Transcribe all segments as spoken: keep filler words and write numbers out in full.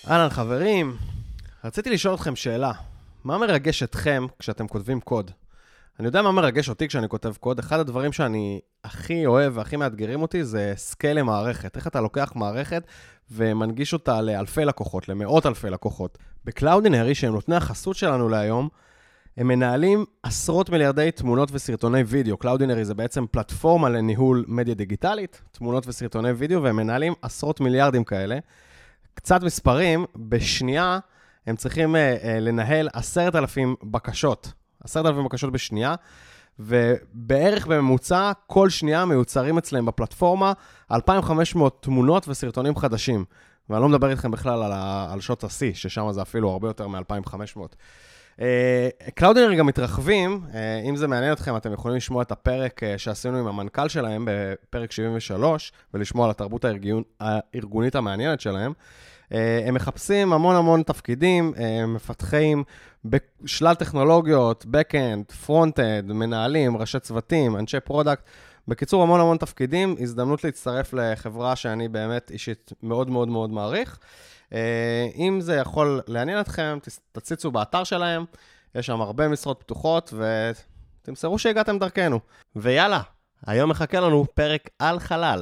אהלן חברים, רציתי לשאול אתכם שאלה. מה מרגש אתכם כשאתם כותבים קוד? אני יודע מה מרגש אותי כשאני כותב קוד. אחד הדברים שאני הכי אוהב והכי מאתגרים אותי זה סקייל למערכת. איך אתה לוקח מערכת ומנגיש אותה לאלפי לקוחות, למאות אלפי לקוחות. בקלאודינרי, שהם נותני החסות שלנו להיום, הם מנהלים עשרות מיליארדי תמונות וסרטוני וידאו. קלאודינרי זה בעצם פלטפורמה לניהול מדיה דיגיטלית, תמונות וסרטוני וידאו, והם מנהלים עשרות מיליארדים כאלה. קצת מספרים, בשנייה הם צריכים uh, uh, לנהל עשרת אלפים בקשות, עשרת אלפים בקשות בשנייה, ובערך בממוצע כל שנייה מיוצרים אצלם בפלטפורמה אלפיים וחמש מאות תמונות וסרטונים חדשים. ואני לא מדבר איתכם בכלל על, ה- על שעות ה-C, ששם זה אפילו הרבה יותר מ-אלפיים וחמש מאות. קלאודינרי גם מתרחבים, uh, אם זה מעניין אתכם, אתם יכולים לשמוע את הפרק uh, שעשינו עם המנכ"ל שלהם בפרק שבעים ושלוש, ולשמוע על התרבות הארגון, הארגונית המעניינת שלהם. Uh, הם מחפשים המון המון תפקידים, uh, מפתחים בשלל טכנולוגיות, back-end, front-end, מנהלים, ראשי צוותים, אנשי פרודקט, בקיצור המון המון תפקידים, הזדמנות להצטרף לחברה שאני באמת אישית מאוד מאוד מאוד מעריך. אם זה יכול לעניין אתכם, תציצו באתר שלהם, יש שם הרבה משרות פתוחות, ותמסרו שהגעתם דרכנו. ויאללה, היום מחכה לנו פרק על חלל.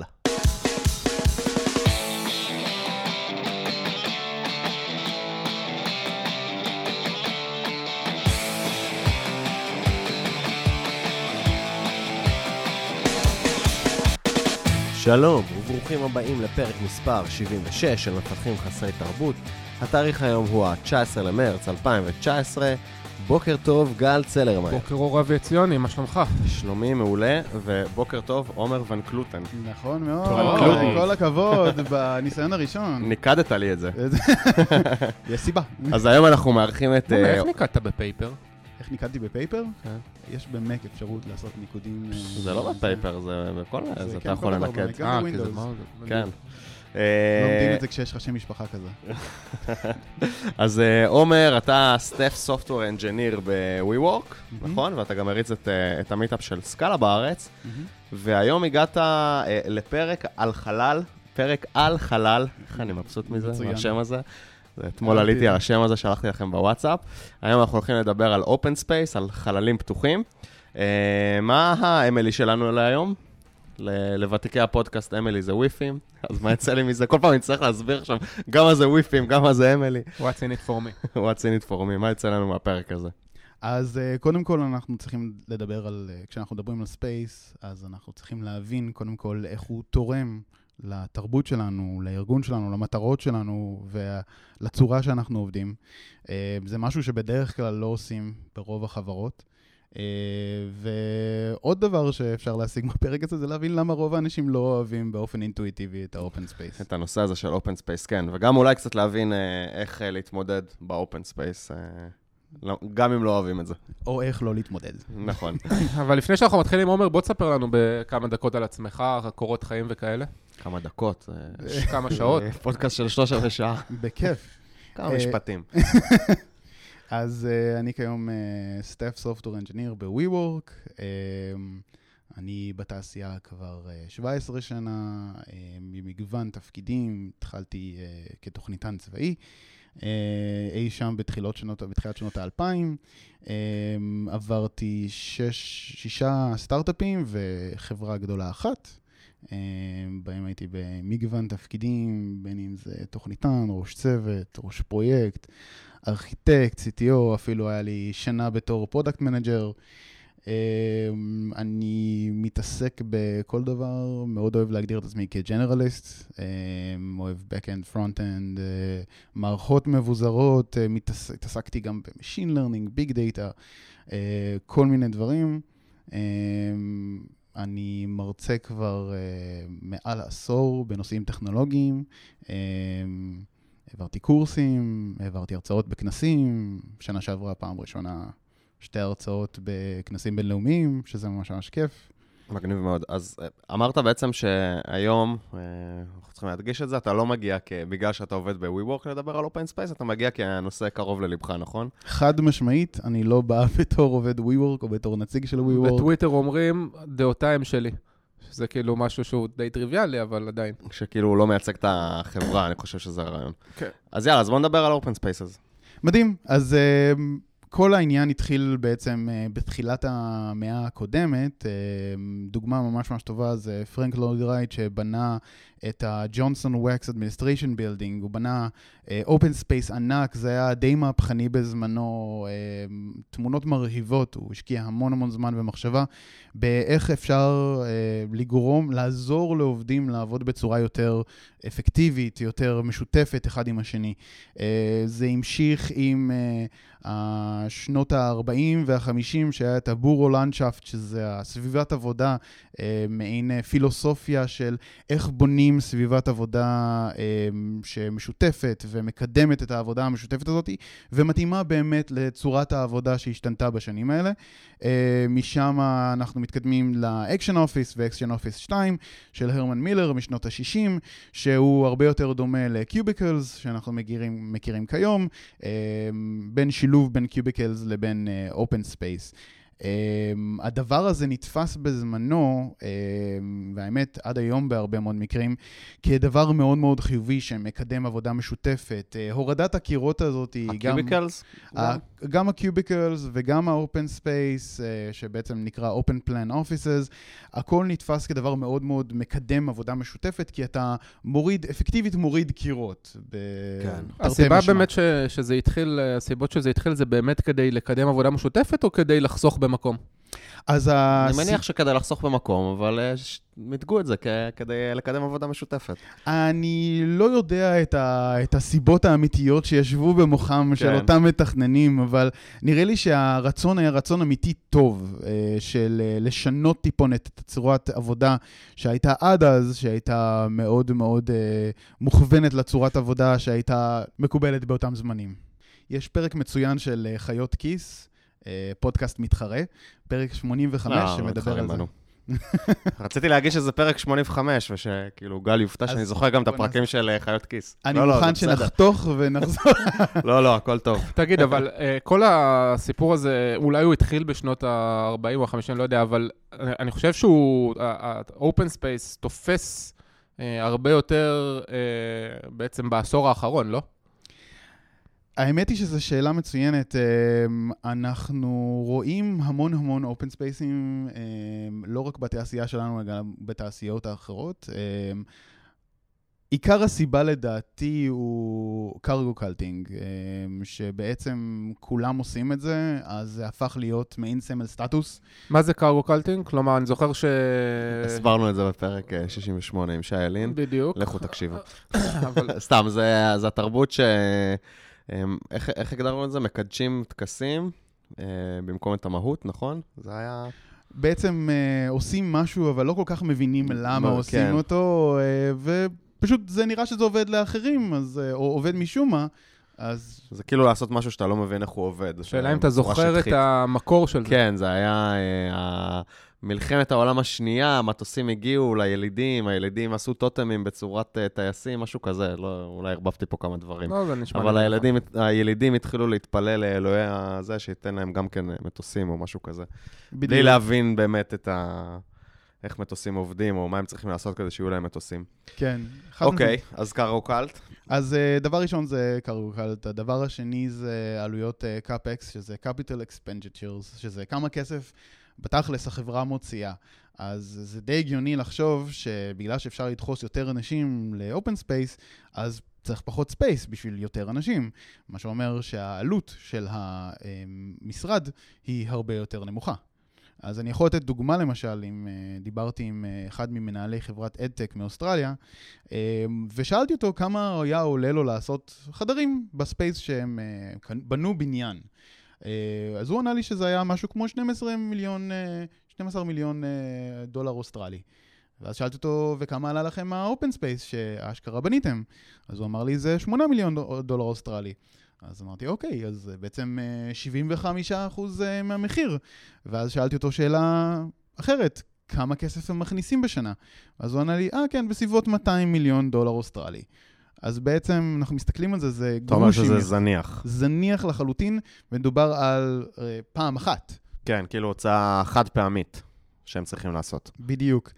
שלום וברוכים הבאים לפרק מספר שבעים ושש של מפתחים חסרי תרבות. התאריך היום הוא ה-תשעה עשר למרץ אלפיים תשע עשרה. בוקר טוב גל צלרמן. בוקר אור אבי עציוני, מה שלומך? שלומי מעולה, ובוקר טוב עומר ון קלוטן. נכון מאוד, כל הכבוד בניסיון הראשון. ניקדת לי את זה. יש סיבה. אז היום אנחנו מארחים את... איך ניקדת בפייפר? איך ניקדתי בפייפר? יש במק אפשרות לעשות ניקודים... זה לא בפייפר, זה בכל... זה אתה יכול לנקד. אה, כי זה מאוד... כן. לומדים את זה כשיש לך שם משפחה כזה. אז עומר, אתה סטאפ סופטוור אנג'יניר ב-WeWork, נכון? ואתה גם מריץ את המיטאפ של סקאלה בארץ, והיום הגעת לפרק על חלל, פרק על חלל, איך אני מבסוט מזה, מהשם הזה? אתמול עליתי על השם הזה, שלחתי לכם בוואטסאפ. היום אנחנו הולכים לדבר על אופן ספייס, על חללים פתוחים. מה האמילי שלנו להיום? לוותיקי הפודקאסט אמילי זה וויפים, אז מה יצא לי מזה? כל פעם אני צריך להסביר עכשיו גם מה זה וויפים, גם מה זה אמילי. What's in it for me. What's in it for me, מה יצא לנו מהפרק הזה? אז קודם כל אנחנו צריכים לדבר על, כשאנחנו מדברים על ספייס, אז אנחנו צריכים להבין קודם כל איך הוא תורם לתרבות שלנו, לארגון שלנו, למטרות שלנו ולצורה שאנחנו עובדים. זה משהו שבדרך כלל לא עושים ברוב החברות. ועוד דבר שאפשר להשיג בפרק הזה זה להבין למה רוב האנשים לא אוהבים באופן אינטואיטיבי את האופן ספייס. את הנושא הזה של אופן ספייס, כן. וגם אולי קצת להבין איך להתמודד באופן ספייס, גם אם לא אוהבים את זה. או איך לא להתמודד. נכון. אבל לפני שאנחנו מתחילים, עומר, בוא תספר לנו בכמה דקות על עצמך, קורות חיים וכאלה. כמה דקות. כמה שעות. פודקאסט של שלוש עשרה שעה. בכיף. כמה משפטים. אז uh, אני כיום uh, Staff Software Engineer ב-WeWork. Uh, אני בתעשייה כבר uh, שבע עשרה שנה, uh, ממגוון תפקידים, התחלתי uh, כתוכניתן צבאי, uh, אי שם בתחילות שנות, בתחילת שנות האלפיים, uh, עברתי שש, שישה סטארט-אפים וחברה גדולה אחת, uh, בהם הייתי במגוון תפקידים, בין אם זה תוכניתן, ראש צוות, ראש פרויקט, ארכיטקט, סי טי או, אפילו היה לי שנה בתור פרודקט מנג'ר. אני מתעסק בכל דבר, מאוד אוהב להגדיר את עצמי כג'נרליסט, אוהב back-end, front-end, מערכות מבוזרות, התעסקתי גם במשין לרנינג, ביג דאטה, כל מיני דברים. אני מרצה כבר מעל עשור בנושאים טכנולוגיים, העברתי קורסים, העברתי הרצאות בכנסים, שנה שעברה פעם ראשונה שתי הרצאות בכנסים בינלאומיים, שזה ממש ממש כיף. מגניב מאוד. אז אמרת בעצם שהיום, אנחנו צריכים להדגיש את זה, אתה לא מגיע בגלל שאתה עובד ב-WeWork לדבר על Open Space, אתה מגיע כי הנושא קרוב ללבך, נכון? חד משמעית, אני לא בא בתור עובד WeWork או בתור נציג של WeWork. בטוויטר אומרים, דעותיים שלי. שזה כאילו משהו שהוא די טריוויאלי, אבל עדיין. שכאילו הוא לא מייצג את החברה, אני חושב שזה הרעיון. כן. אז יאללה, אז בוא נדבר על Open Spaces. מדהים. אז uh, כל העניין התחיל בעצם uh, בתחילת המאה הקודמת. Uh, דוגמה ממש ממש טובה זה פרנק לויד רייט שבנה את ה-Johnson Wax Administration Building. הוא בנה uh, Open Space ענק, זה היה די מהפכני בזמנו, uh, תמונות מרהיבות, הוא השקיע המון המון זמן ומחשבה באיך אפשר uh, לגרום, לעזור לעובדים לעבוד בצורה יותר אפקטיבית, יותר משותפת אחד עם השני. Uh, זה המשיך עם uh, השנות ה-ארבעים וה-חמישים, שהיה את הבורו לנדשאפט, שזה הסביבת עבודה, uh, מעין פילוסופיה של איך בונים סביבת עבודה uh, שמשותפת ומקדמת את העבודה המשותפת הזאת, ומתאימה באמת לצורת העבודה שהשתנתה בשנים האלה. Uh, משם אנחנו מתקדמים לאקשן אופיס ואקשן אופיס שתיים של הרמן מילר משנות ה-שישים, שהוא הרבה יותר דומה לקיוביקלס שאנחנו מכירים, מכירים כיום, uh, בין שילוב בין קיוביקלס לבין אופן uh, ספייס. Um, הדבר הזה נתפס בזמנו, um, והאמת עד היום בהרבה מאוד מקרים, כדבר מאוד מאוד חיובי שמקדם עבודה משותפת. Uh, הורדת הקירות הזאת היא גם... הקיוביקלס? Uh, גם הקיוביקלס וגם האופן ספייס, uh, שבעצם נקרא Open Plan Offices, הכל נתפס כדבר מאוד מאוד מקדם עבודה משותפת, כי אתה מוריד, אפקטיבית מוריד קירות. כן. הסיבה באמת ש, שזה התחיל, הסיבות שזה התחיל זה באמת כדי לקדם עבודה משותפת או כדי לחסוך במקום? אז ה... אני מניח שכדי לחסוך במקום, אבל מתגו את זה כדי לקדם עבודה משותפת. אני לא יודע את, ה... את הסיבות האמיתיות שישבו במוחם כן. של אותם מתכננים, אבל נראה לי שהרצון היה רצון אמיתי טוב, של לשנות טיפונת את צורת עבודה שהייתה עד אז, שהייתה מאוד מאוד מוכוונת לצורת עבודה שהייתה מקובלת באותם זמנים. יש פרק מצוין של חיות כיס, פודקאסט מתחרה, פרק שמונים וחמש שמדבר על זה. רציתי להגיד שזה פרק שמונים וחמש, ושכאילו גל יופתע שאני זוכר גם את הפרקים של חיות כיס. אני מוכן שנחתוך ונחזור. לא, לא, הכל טוב. תגיד, אבל כל הסיפור הזה, אולי הוא התחיל בשנות ה-ארבעים או ה-חמישים, לא יודע, אבל אני חושב שהוא, ה-Open Space תופס הרבה יותר בעצם בעשור האחרון, לא? האמת היא שזו שאלה מצוינת. אנחנו רואים המון המון אופן ספייסים, לא רק בתעשייה שלנו, אלא גם בתעשיות האחרות. עיקר הסיבה לדעתי הוא קרגו קלטינג, שבעצם כולם עושים את זה, אז זה הפך להיות מעין סמל סטטוס. מה זה קרגו קלטינג? כלומר, אני זוכר ש... הסברנו את זה בפרק שישים ושמונה עם שי אלין. בדיוק. לכו תקשיבו. סתם, זה התרבות ש... איך, איך הגדרנו את זה? מקדשים תקסים אה, במקום את המהות, נכון? זה היה... בעצם אה, עושים משהו, אבל לא כל כך מבינים למה כן. עושים אותו, אה, ופשוט זה נראה שזה עובד לאחרים, אז, אה, או עובד משום מה, אז... זה כאילו לעשות משהו שאתה לא מבין איך הוא עובד. שאלה אם אתה זוכר את המקור של זה. כן, זה היה... אה, מלחמת העולם השנייה, המטוסים הגיעו לילידים, הילידים עשו טוטמים בצורת uh, טייסים, משהו כזה, לא, אולי הרבבתי פה כמה דברים. לא, זה נשמע אבל הילדים, הילידים התחילו להתפלל לאלוהי הזה, שייתן להם גם כן מטוסים או משהו כזה. בדיוק. בלי להבין באמת את ה... איך מטוסים עובדים, או מה הם צריכים לעשות כדי שיהיו להם מטוסים. כן. אוקיי, okay, אז קרגו קלט. אז uh, דבר ראשון זה קרגו קלט. הדבר השני זה עלויות uh, קאפקס, שזה Capital Expenditures, שזה כמה כסף בתכלס החברה מוציאה. אז זה די הגיוני לחשוב שבגלל שאפשר לדחוס יותר אנשים לאופן ספייס, אז צריך פחות ספייס בשביל יותר אנשים. מה שאומר שהעלות של המשרד היא הרבה יותר נמוכה. אז אני יכול לתת דוגמה למשל, אם דיברתי עם אחד ממנהלי חברת אדטק מאוסטרליה, ושאלתי אותו כמה היה עולה לו לעשות חדרים בספייס שהם בנו בניין. אז הוא ענה לי שזה היה משהו כמו שנים עשר מיליון, שנים עשר מיליון דולר אוסטרלי. ואז שאלתי אותו, וכמה עלה לכם האופן ספייס שהאשכרה בניתם? אז הוא אמר לי, זה שמונה מיליון דולר אוסטרלי. אז אמרתי, אוקיי, אז בעצם שבעים וחמישה אחוז מהמחיר. ואז שאלתי אותו שאלה אחרת, כמה כסף הם מכניסים בשנה? אז הוא ענה לי, אה כן, בסביבות מאתיים מיליון דולר אוסטרלי. אז בעצם אנחנו מסתכלים על זה, זה גרושים. אתה אומר שזה זניח. זניח לחלוטין, ומדובר על uh, פעם אחת. כן, כאילו הוצאה חד פעמית שהם צריכים לעשות. בדיוק.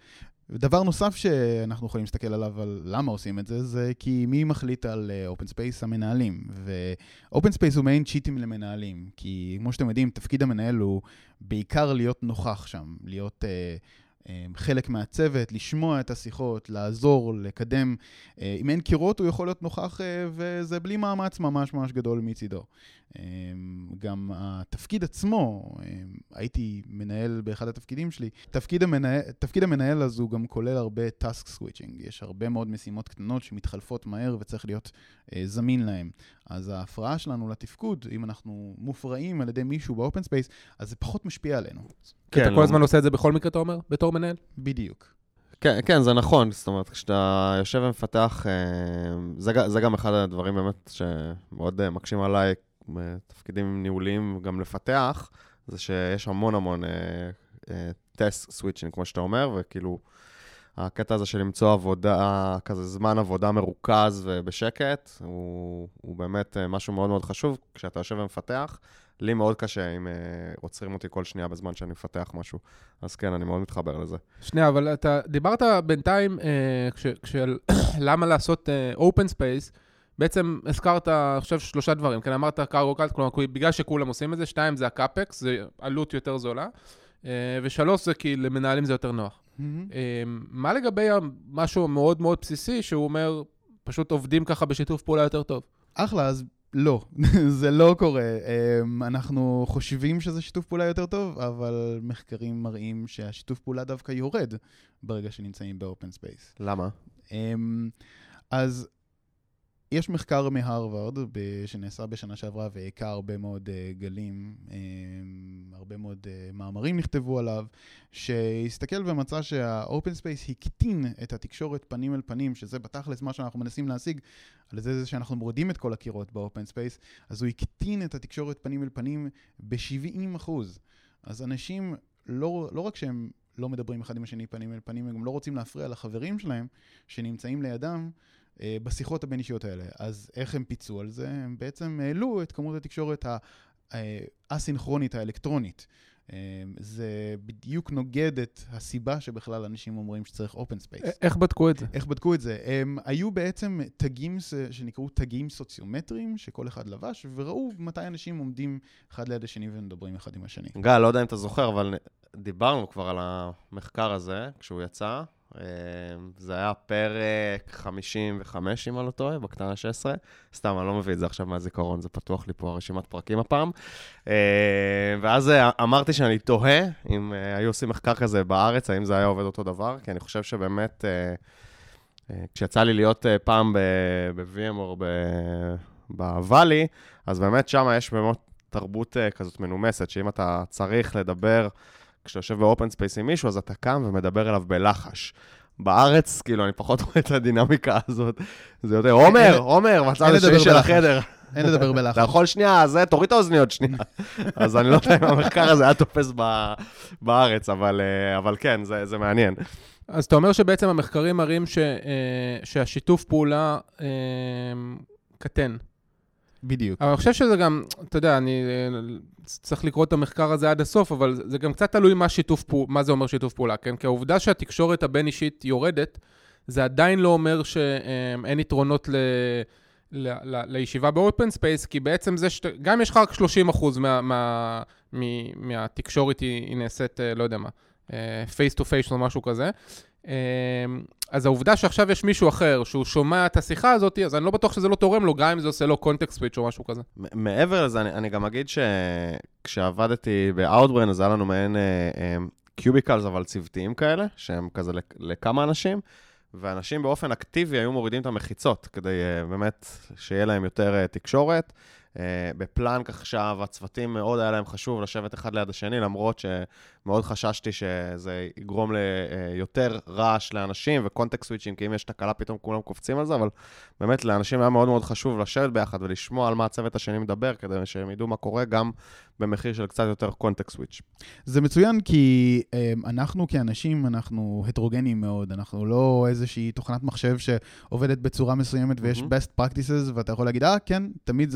דבר נוסף שאנחנו יכולים להסתכל עליו על למה עושים את זה, זה כי מי מחליט על Open Space? המנהלים. ו-Open Space הוא מעין צ'יטים למנהלים, כי כמו שאתם יודעים, תפקיד המנהל הוא בעיקר להיות נוכח שם, להיות uh, um, חלק מהצוות, לשמוע את השיחות, לעזור, לקדם. Uh, אם אין קירות, הוא יכול להיות נוכח, uh, וזה בלי מאמץ ממש ממש גדול מצידו. Um, גם התפקיד עצמו, um, הייתי מנהל באחד התפקידים שלי, תפקיד המנהל, תפקיד המנהל אז הוא גם כולל הרבה task switching, יש הרבה מאוד משימות קטנות שמתחלפות מהר וצריך להיות uh, זמין להם. אז ההפרעה שלנו לתפקוד, אם אנחנו מופרעים על ידי מישהו באופן ספייס, אז זה פחות משפיע עלינו. כן, אתה כל הזמן עושה את זה בכל מקרה, אתה אומר, בתור מנהל? בדיוק. כן, כן, זה נכון, זאת אומרת, כשאתה יושב ומפתח, זה, זה גם אחד הדברים באמת שמאוד מקשים עליי, תפקידים ניהוליים גם לפתח, זה שיש המון המון טסק סוויצ'ינג, כמו שאתה אומר, וכאילו, הקטע הזה של למצוא עבודה, כזה זמן עבודה מרוכז ובשקט, הוא, הוא באמת משהו מאוד מאוד חשוב, כשאתה יושב ומפתח, לי מאוד קשה אם uh, עוצרים אותי כל שנייה בזמן שאני מפתח משהו. אז כן, אני מאוד מתחבר לזה. שנייה, אבל אתה דיברת בינתיים, uh, כש, כשל, למה לעשות uh, open space, בעצם הזכרת, אני חושב, שלושה דברים. כן, אמרת קארגו קלט, כלומר, בגלל שכולם עושים את זה, שתיים זה הקאפקס, זה עלות יותר זולה, uh, ושלוש זה כי למנהלים זה יותר נוח. Mm-hmm. Uh, מה לגבי משהו מאוד מאוד בסיסי, שהוא אומר, פשוט עובדים ככה בשיתוף פעולה יותר טוב? אחלה, אז לא, זה לא קורה. אנחנו חושבים שזה שיתוף פעולה יותר טוב, אבל מחקרים מראים שהשיתוף פעולה דווקא יורד ברגע שנמצאים באופן ספייס. למה? אז יש מחקר מהרווארד שנעשה בשנה שעברה והעקה הרבה מאוד גלים, הרבה מאוד מאמרים נכתבו עליו, שהסתכל ומצא שהאופן ספייס הקטין את התקשורת פנים אל פנים, שזה בתכלס מה שאנחנו מנסים להשיג, על זה שאנחנו מורידים את כל הקירות באופן ספייס, אז הוא הקטין את התקשורת פנים אל פנים ב-שבעים אחוז. אז אנשים, לא, לא רק שהם לא מדברים אחד עם השני פנים אל פנים, הם גם לא רוצים להפריע לחברים שלהם שנמצאים לידם, בשיחות הבין אישיות האלה. אז איך הם פיצו על זה? הם בעצם העלו את כמות התקשורת האסינכרונית, האלקטרונית. זה בדיוק נוגד את הסיבה שבכלל אנשים אומרים שצריך open space. איך בדקו את זה? איך בדקו את זה? הם היו בעצם תגים שנקראו תגים סוציומטריים, שכל אחד לבש, וראו מתי אנשים עומדים אחד ליד השני ומדברים אחד עם השני. גל, לא יודע אם אתה זוכר, אבל דיברנו כבר על המחקר הזה, כשהוא יצא. זה היה פרק חמישים וחמש, אם אני לא טועה, בקטנה שש עשרה. סתם, אני לא מביא את זה עכשיו מהזיכרון, זה פתוח לי פה רשימת פרקים הפעם. ואז אמרתי שאני תוהה אם היו עושים מחקר כזה בארץ, האם זה היה עובד אותו דבר, כי אני חושב שבאמת, כשיצא לי להיות פעם ב-וי אם או בוואלי, אז באמת שם יש באמת תרבות כזאת מנומסת, שאם אתה צריך לדבר כשאתה יושב באופן ספייס עם מישהו, אז אתה קם ומדבר אליו בלחש. בארץ, כאילו, אני פחות רואה את הדינמיקה הזאת. זה יותר, עומר, עומר, מצא לשני של החדר. אין לדבר בלחש. אתה יכול שנייה, זה, תוריד את האוזניות שנייה. אז אני לא יודע אם המחקר הזה היה תופס בארץ, אבל כן, זה מעניין. אז אתה אומר שבעצם המחקרים מראים שהשיתוף פעולה קטן. בדיוק. אבל אני חושב שזה גם, אתה יודע, אני צריך לקרוא את המחקר הזה עד הסוף, אבל זה גם קצת תלוי מה שיתוף פעולה, מה זה אומר שיתוף פעולה, כן? כי העובדה שהתקשורת הבין אישית יורדת, זה עדיין לא אומר שאין יתרונות ל... ל... ל... לישיבה באופן ספייס, כי בעצם זה שת... גם יש לך רק שלושים אחוז מה... מה... מה... מהתקשורת היא... היא נעשית, לא יודע מה, פייס טו פייס או משהו כזה. אז העובדה שעכשיו יש מישהו אחר שהוא שומע את השיחה הזאת, אז אני לא בטוח שזה לא תורם לו, גם אם זה עושה לו קונטקסט סוויץ' או משהו כזה. מעבר לזה, אני, אני גם אגיד שכשעבדתי ב-Outbrain, אז היה לנו מעין קיוביקלס, אבל צוותיים כאלה, שהם כזה לכמה אנשים, ואנשים באופן אקטיבי היו מורידים את המחיצות, כדי באמת שיהיה להם יותר תקשורת. בפלנק עכשיו, הצוותים מאוד היה להם חשוב לשבת אחד ליד השני, למרות שמאוד חששתי שזה יגרום ליותר רעש לאנשים וקונטקסט סוויצ'ים, כי אם יש תקלה פתאום כולם קופצים על זה, אבל באמת לאנשים היה מאוד מאוד חשוב לשבת ביחד ולשמוע על מה הצוות השני מדבר, כדי שהם ידעו מה קורה גם במחיר של קצת יותר קונטקסט סוויץ'. זה מצוין כי אנחנו כאנשים, אנחנו הטרוגנים מאוד, אנחנו לא איזושהי תוכנת מחשב שעובדת בצורה מסוימת ויש best practices, ואתה יכול להגיד, אה, כן, תמיד זה עובד ככה,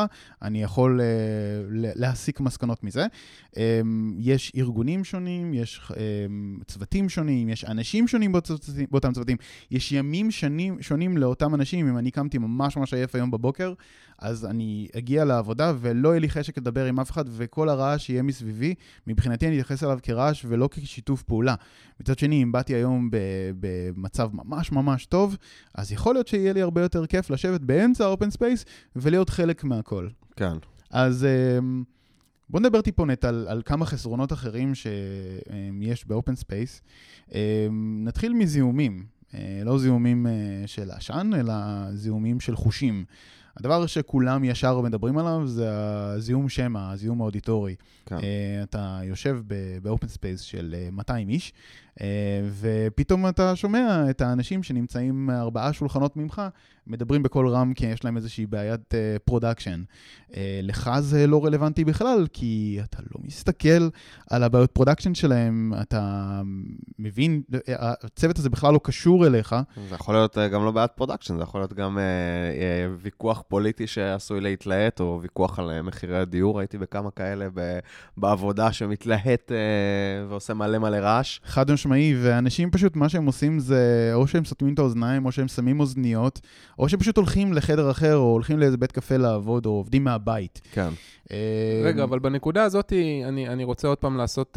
עשה, אני יכול uh, להסיק מסקנות מזה. Um, יש ארגונים שונים, יש um, צוותים שונים, יש אנשים שונים בצוותים, באותם צוותים, יש ימים שונים, שונים לאותם אנשים. אם אני קמתי ממש ממש עייף היום בבוקר, אז אני אגיע לעבודה ולא יהיה לי חשק לדבר עם אף אחד, וכל הרעש יהיה מסביבי. מבחינתי אני אתייחס אליו כרעש ולא כשיתוף פעולה. מצד שני, אם באתי היום במצב ממש ממש טוב, אז יכול להיות שיהיה לי הרבה יותר כיף לשבת באמצע האופן ספייס ולהיות חלק מהכל. כן. אז בוא נדבר טיפונת על, על כמה חסרונות אחרים שיש באופן ספייס. נתחיל מזיהומים. לא זיהומים של עשן, אלא זיהומים של חושים. הדבר שכולם ישר מדברים עליו זה הזיהום שמע, הזיהום האודיטורי. כן. אתה יושב באופן ספייס של מאתיים איש, ופתאום אתה שומע את האנשים שנמצאים ארבעה שולחנות ממך, מדברים בכל רם כי יש להם איזושהי בעיית פרודקשן. לך זה לא רלוונטי בכלל, כי אתה לא מסתכל על הבעיות פרודקשן שלהם, אתה מבין, הצוות הזה בכלל לא קשור אליך. זה יכול להיות גם לא בעיית פרודקשן, זה יכול להיות גם ויכוח פוליטי שעשוי להתלהט, או ויכוח על מחירי הדיור, הייתי בכמה כאלה בעבודה שמתלהט ועושה מלא מלא רעש. חד משמעי, ואנשים פשוט, מה שהם עושים זה, או שהם סותמים את האוזניים, או שהם שמים אוזניות, או שהם פשוט הולכים לחדר אחר, או הולכים לאיזה בית קפה לעבוד, או עובדים מהבית. כן. רגע, אבל בנקודה הזאת, אני, אני רוצה עוד פעם לעשות,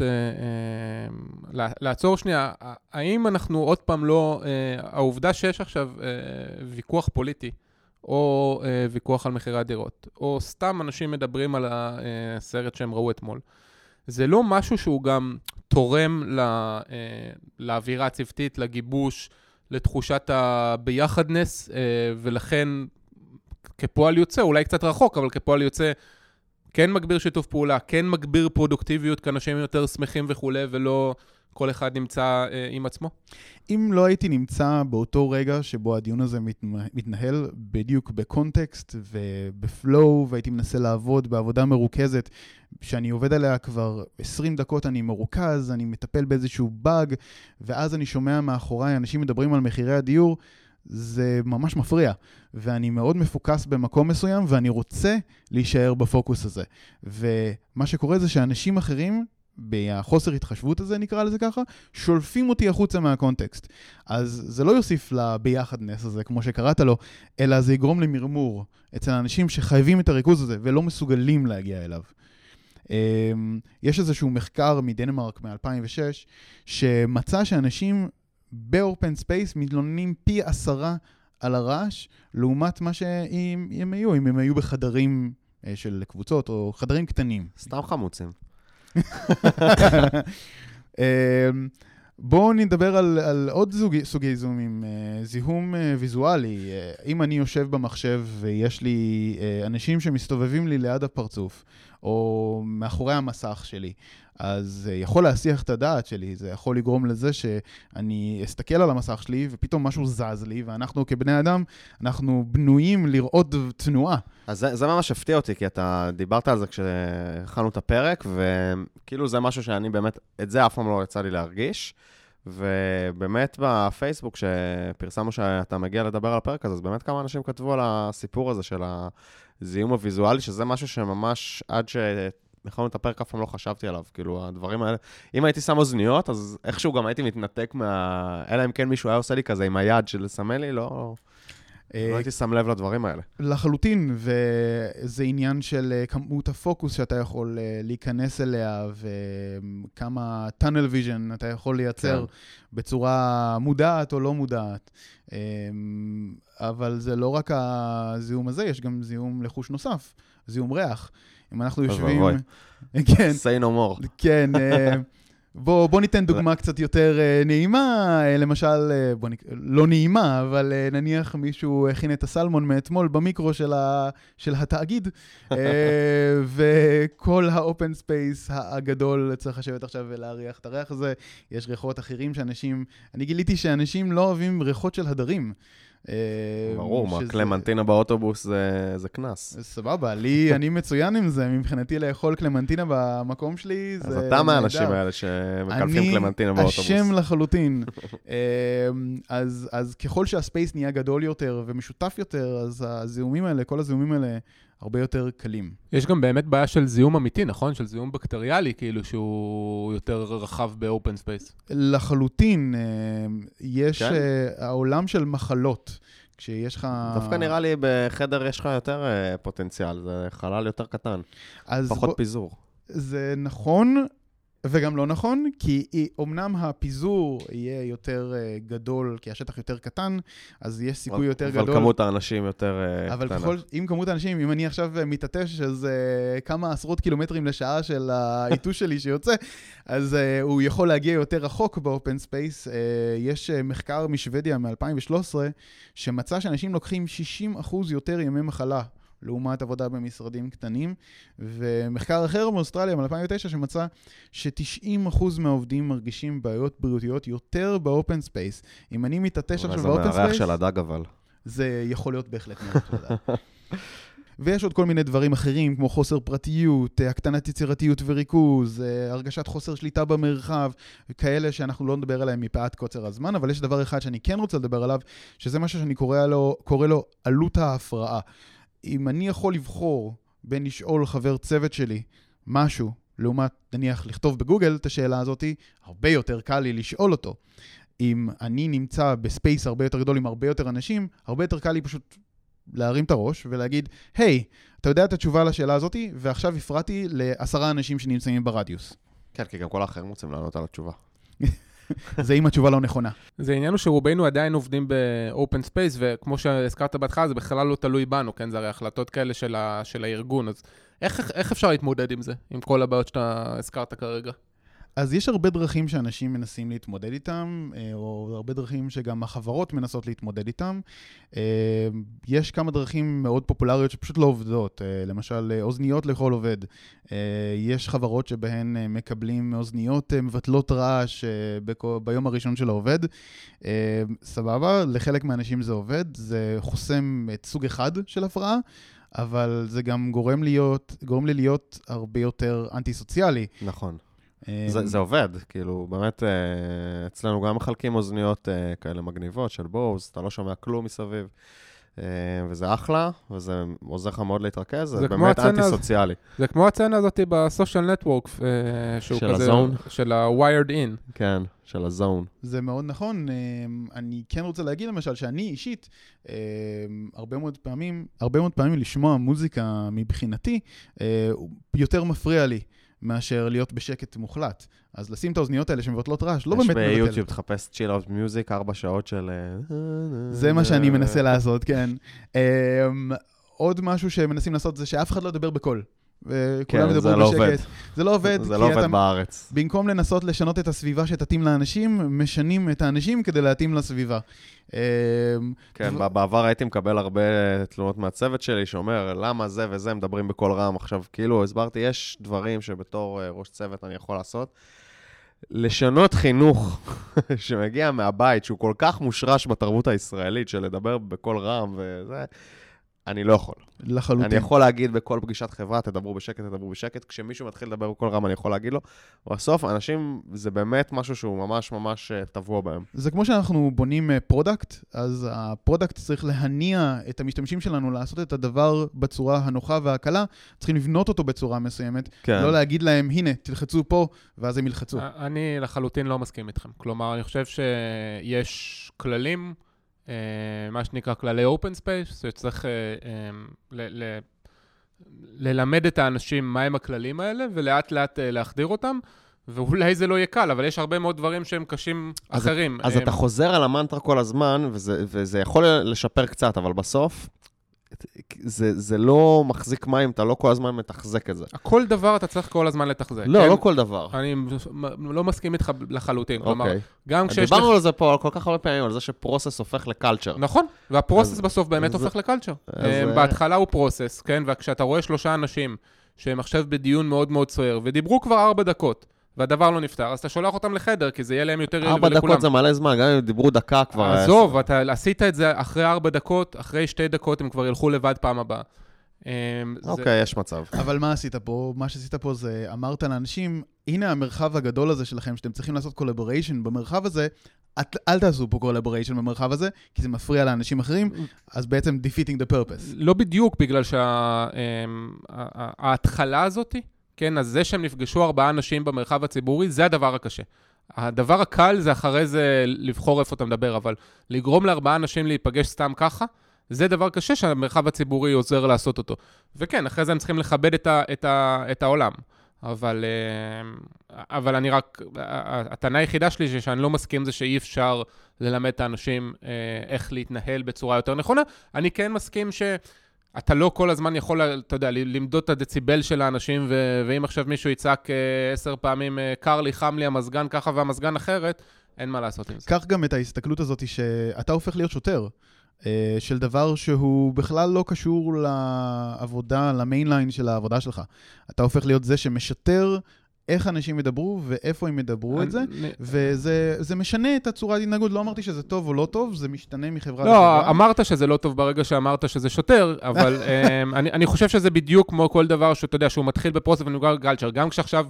לעצור שנייה, האם אנחנו עוד פעם לא, העובדה שיש עכשיו ויכוח פוליטי, או ויכוח על מחירי הדירות, או סתם אנשים מדברים על הסרט שהם ראו אתמול, זה לא משהו שהוא גם תורם לא, לאווירה הצוותית, לגיבוש, לתחושת הביחדנס, ולכן כפועל יוצא, אולי קצת רחוק, אבל כפועל יוצא, כן מגביר שיתוף פעולה, כן מגביר פרודוקטיביות, כאנשים יותר שמחים וכו', ולא כל אחד נמצא אה, עם עצמו? אם לא הייתי נמצא באותו רגע שבו הדיון הזה מת, מתנהל בדיוק בקונטקסט ובפלואו, והייתי מנסה לעבוד בעבודה מרוכזת, שאני עובד עליה כבר עשרים דקות, אני מרוכז, אני מטפל באיזשהו באג, ואז אני שומע מאחוריי אנשים מדברים על מחירי הדיור, זה ממש מפריע, ואני מאוד מפוקס במקום מסוים, ואני רוצה להישאר בפוקוס הזה. ומה שקורה זה שאנשים אחרים, בחוסר התחשבות הזה, נקרא לזה ככה, שולפים אותי החוצה מהקונטקסט. אז זה לא יוסיף לביחדנס הזה, כמו שקראת לו, אלא זה יגרום למרמור אצל האנשים שחייבים את הריכוז הזה, ולא מסוגלים להגיע אליו. יש איזשהו מחקר מדנמרק מ-אלפיים ושש, שמצא שאנשים באופן ספייס מתלוננים פי עשרה על הרעש, לעומת מה שהם היו, אם הם היו בחדרים של קבוצות, או חדרים קטנים. סתם חמוצים. בואו נדבר על, על עוד זוגי, סוגי זיהומים, זיהום ויזואלי. אם אני יושב במחשב ויש לי אנשים שמסתובבים לי ליד הפרצוף, או מאחורי המסך שלי, אז יכול להסיח את הדעת שלי, זה יכול לגרום לזה שאני אסתכל על המסך שלי ופתאום משהו זז לי, ואנחנו כבני אדם, אנחנו בנויים לראות תנועה. אז זה, זה ממש הפתיע אותי, כי אתה דיברת על זה כשהכנו את הפרק, וכאילו זה משהו שאני באמת, את זה אף פעם לא יצא לי להרגיש, ובאמת בפייסבוק שפרסמנו שאתה מגיע לדבר על הפרק הזה, אז באמת כמה אנשים כתבו על הסיפור הזה של הזיהום הוויזואלי, שזה משהו שממש עד ש... נכנסנו את הפרק, אף פעם לא חשבתי עליו, כאילו, הדברים האלה. אם הייתי שם אוזניות, אז איכשהו גם הייתי מתנתק מה... אלא אם כן מישהו היה עושה לי כזה עם היד של לסמל לי, לא... לא הייתי שם לב לדברים האלה. לחלוטין, וזה עניין של כמות הפוקוס שאתה יכול להיכנס אליה, וכמה tunnel vision אתה יכול לייצר בצורה מודעת או לא מודעת. אבל זה לא רק הזיהום הזה, יש גם זיהום לחוש נוסף, זיהום ריח. אם אנחנו יושבים... כן. say no more. כן. בוא, בוא ניתן דוגמה קצת יותר נעימה, למשל, בוא נק... לא נעימה, אבל נניח מישהו הכין את הסלמון מאתמול במיקרו של, ה... של התאגיד, וכל האופן ספייס הגדול צריך לשבת עכשיו ולהריח את הריח הזה. יש ריחות אחרים שאנשים, אני גיליתי שאנשים לא אוהבים ריחות של הדרים. ברור, מה, קלמנטינה באוטובוס זה כנס. סבבה, לי, אני מצוין עם זה, מבחינתי לאכול קלמנטינה במקום שלי, זה... אז אתה מהאנשים האלה שמקלפים קלמנטינה באוטובוס. אני אשם לחלוטין. אז ככל שהספייס נהיה גדול יותר ומשותף יותר, אז הזיהומים האלה, כל הזיהומים האלה, הרבה יותר קלים. יש גם באמת בעיה של זיהום אמיתי, נכון? של זיהום בקטריאלי, כאילו שהוא יותר רחב באופן ספייס. לחלוטין, יש כן? העולם של מחלות. כשיש לך... דווקא נראה לי בחדר יש לך יותר פוטנציאל, זה חלל יותר קטן, פחות בוא... פיזור. זה נכון וגם לא נכון, כי אומנם הפיזור יהיה יותר גדול, כי השטח יותר קטן, אז יש סיכוי יותר אבל גדול. אבל כמות האנשים יותר אבל קטנה. אבל אם כמות האנשים, אם אני עכשיו מתעטש, אז uh, כמה עשרות קילומטרים לשעה של העיתוש שלי שיוצא, אז uh, הוא יכול להגיע יותר רחוק באופן ספייס. Uh, יש uh, מחקר משוודיה מ-אלפיים ושלוש עשרה, שמצא שאנשים לוקחים שישים אחוז יותר ימי מחלה, לעומת עבודה במשרדים קטנים, ומחקר אחר מאוסטרליה מ-אלפיים ותשע שמצא ש-תשעים אחוז מהעובדים מרגישים בעיות בריאותיות יותר באופן ספייס. אם אני מתעטש עכשיו באופן ספייס... זה מהריח של הדג אבל. זה יכול להיות בהחלט מאוד תודה. ויש עוד כל מיני דברים אחרים, כמו חוסר פרטיות, הקטנת יצירתיות וריכוז, הרגשת חוסר שליטה במרחב, כאלה שאנחנו לא נדבר עליהם מפאת קוצר הזמן, אבל יש דבר אחד שאני כן רוצה לדבר עליו, שזה משהו שאני קורא לו, קורא לו עלות ההפרעה. אם אני יכול לבחור בין לשאול חבר צוות שלי משהו, לעומת נניח לכתוב בגוגל את השאלה הזאת, הרבה יותר קל לי לשאול אותו. אם אני נמצא בספייס הרבה יותר גדול עם הרבה יותר אנשים, הרבה יותר קל לי פשוט להרים את הראש ולהגיד, היי, אתה יודע את התשובה לשאלה הזאת, ועכשיו הפרעתי לעשרה אנשים שנמצאים ברדיוס. כן, כי גם כל האחרים רוצים לענות על התשובה. זה אם התשובה לא נכונה. זה עניין הוא שרובנו עדיין עובדים באופן ספייס, וכמו שהזכרת בהתחלה, זה בכלל לא תלוי בנו, כן? זה הרי החלטות כאלה של, ה, של הארגון. אז איך, איך אפשר להתמודד עם זה, עם כל הבעיות שאתה הזכרת כרגע? אז יש הרבה דרכים שאנשים מנסים להתמודד איתם, או הרבה דרכים שגם החברות מנסות להתמודד איתם. יש כמה דרכים מאוד פופולריות שפשוט לא עובדות. למשל, אוזניות לכל עובד. יש חברות שבהן מקבלים אוזניות מבטלות רעש ביום הראשון של העובד. סבבה, לחלק מהאנשים זה עובד. זה חוסם את סוג אחד של הפרעה, אבל זה גם גורם להיות, גורם לי להיות הרבה יותר אנטי-סוציאלי. נכון. זה, זה עובד, כאילו, באמת, אצלנו גם מחלקים אוזניות כאלה מגניבות של בוז, אתה לא שומע כלום מסביב, וזה אחלה, וזה עוזר לך מאוד להתרכז, זה, זה באמת אנטי-סוציאלי. זה כמו הצנה הזאת בסושיאל נטוורק, שהוא של כזה, הזון? של ה-wired in. כן, של הזון. זה מאוד נכון. אני כן רוצה להגיד למשל שאני אישית, הרבה מאוד פעמים, הרבה מאוד פעמים לשמוע מוזיקה מבחינתי, יותר מפריע לי. מאשר להיות בשקט מוחלט. אז לשים את האוזניות האלה שמבטלות רעש, לא באמת מבטל. יש ביוטיוב, תחפש chill out music, ארבע שעות של... זה מה שאני מנסה לעשות, כן. עוד משהו שמנסים לעשות זה שאף אחד לא ידבר בקול. וכולם ידברו בשקט. זה לא עובד. זה לא עובד בארץ. במקום לנסות לשנות את הסביבה שתתאים לאנשים, משנים את האנשים כדי להתאים לסביבה. כן, בעבר הייתי מקבל הרבה תלונות מהצוות שלי, שאומר, למה זה וזה מדברים בכל רם. עכשיו, כאילו, הסברתי, יש דברים שבתור ראש צוות אני יכול לעשות. לשנות חינוך שמגיע מהבית, שהוא כל כך מושרש בתרבות הישראלית, של לדבר בכל רם וזה... אני לא יכול. לחלוטין. אני יכול להגיד בכל פגישת חברה, תדברו בשקט, תדברו בשקט. כשמישהו מתחיל לדבר בכל רם, אני יכול להגיד לו. ובסוף, אנשים, זה באמת משהו שהוא ממש ממש טבוע בהם. זה כמו שאנחנו בונים פרודקט, אז הפרודקט צריך להניע את המשתמשים שלנו לעשות את הדבר בצורה הנוחה והקלה. צריכים לבנות אותו בצורה מסוימת. כן. לא להגיד להם, הנה, תלחצו פה, ואז הם ילחצו. אני לחלוטין לא מסכים איתכם. כלומר, אני חושב שיש כללים, מה שנקרא כללי אופן ספייס, שצריך ללמד את האנשים מהם הכללים האלה, ולאט לאט להחדיר אותם, ואולי זה לא יהיה קל, אבל יש הרבה מאוד דברים שהם קשים אחרים. אז אתה חוזר על המנטרה כל הזמן, וזה יכול לשפר קצת, אבל בסוף, זה, זה לא מחזיק מים, אתה לא כל הזמן מתחזק את זה. כל דבר אתה צריך כל הזמן לתחזק. לא, כן? לא כל דבר. אני לא מסכים איתך לחלוטין. אוקיי. כלומר, גם כשיש דיברנו לך... על זה פה כל כך הרבה פעמים, על זה שפרוסס הופך לקלצ'ר. נכון, והפרוסס אז, בסוף באמת אז, הופך לקלצ'ר. אז, בהתחלה הוא פרוסס, כן? וכשאתה רואה שלושה אנשים שהם עכשיו בדיון מאוד מאוד סוער, ודיברו כבר ארבע דקות, והדבר לא נפתר, אז אתה שולח אותם לחדר, כי זה יהיה להם יותר ארבע דקות זה מלא זמן, גם אם דיברו דקה כבר... עזוב, אתה עשית את זה אחרי ארבע דקות, אחרי שתי דקות הם כבר ילכו לבד פעם הבאה. אוקיי, יש מצב. אבל מה עשית פה? מה שעשית פה זה, אמרת לאנשים, הנה המרחב הגדול הזה שלכם, שאתם צריכים לעשות קולבוריישן במרחב הזה, אל תעשו פה קולבוריישן במרחב הזה, כי זה מפריע לאנשים אחרים, אז בעצם defeating the purpose. לא בדיוק, בגלל שההתחלה הזאת, כן, אז זה שהם נפגשו ארבעה אנשים במרחב הציבורי, זה הדבר הקשה. הדבר הקל זה אחרי זה לבחור איפה אתה מדבר, אבל לגרום לארבעה אנשים להיפגש סתם ככה, זה דבר קשה שהמרחב הציבורי עוזר לעשות אותו. וכן, אחרי זה הם צריכים לכבד את, ה, את, ה, את העולם. אבל, אבל אני רק, הטענה היחידה שלי היא שאני לא מסכים זה שאי אפשר ללמד את האנשים איך להתנהל בצורה יותר נכונה. אני כן מסכים שאתה לא כל הזמן יכול, אתה יודע, למדוד את הדציבל של האנשים, ו- ואם עכשיו מישהו יצעק עשר פעמים, קר לי, חם לי המזגן ככה והמזגן אחרת, אין מה לעשות עם זה. קח גם את ההסתכלות הזאת שאתה הופך להיות שוטר. של דבר שהוא בכלל לא קשור לעבודה, למיינליין של העבודה שלך. אתה הופך להיות זה שמשטר איך אנשים ידברו ואיפה הם ידברו את זה, וזה משנה את הצורת התנהגות. לא אמרתי שזה טוב או לא טוב, זה משתנה מחברה לחברה. לא, אמרת שזה לא טוב ברגע שאמרת שזה שוטר, אבל אני חושב שזה בדיוק כמו כל דבר שאתה יודע, שהוא מתחיל בפרוסס ונוגע גלצ'ר. גם כשעכשיו,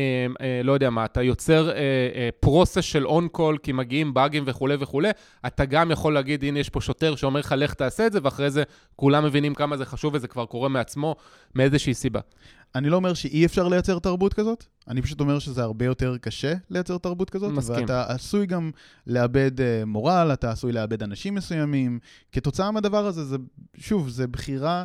לא יודע מה, אתה יוצר פרוסס של און-קול, כי מגיעים באגים וכו' וכו', אתה גם יכול להגיד, הנה יש פה שוטר שאומר לך, לך תעשה את זה, ואחרי זה כולם מבינים כמה זה חשוב, וזה כבר קורה מעצמו, מאיזושהי סיבה. אני לא אומר שאי אפשר לייצר תרבות כזאת, אני פשוט אומר שזה הרבה יותר קשה לייצר תרבות כזאת, מסכים. ואתה עשוי גם לאבד מורל, אתה עשוי לאבד אנשים מסוימים, כתוצאה מהדבר הזה, זה, שוב, זה בחירה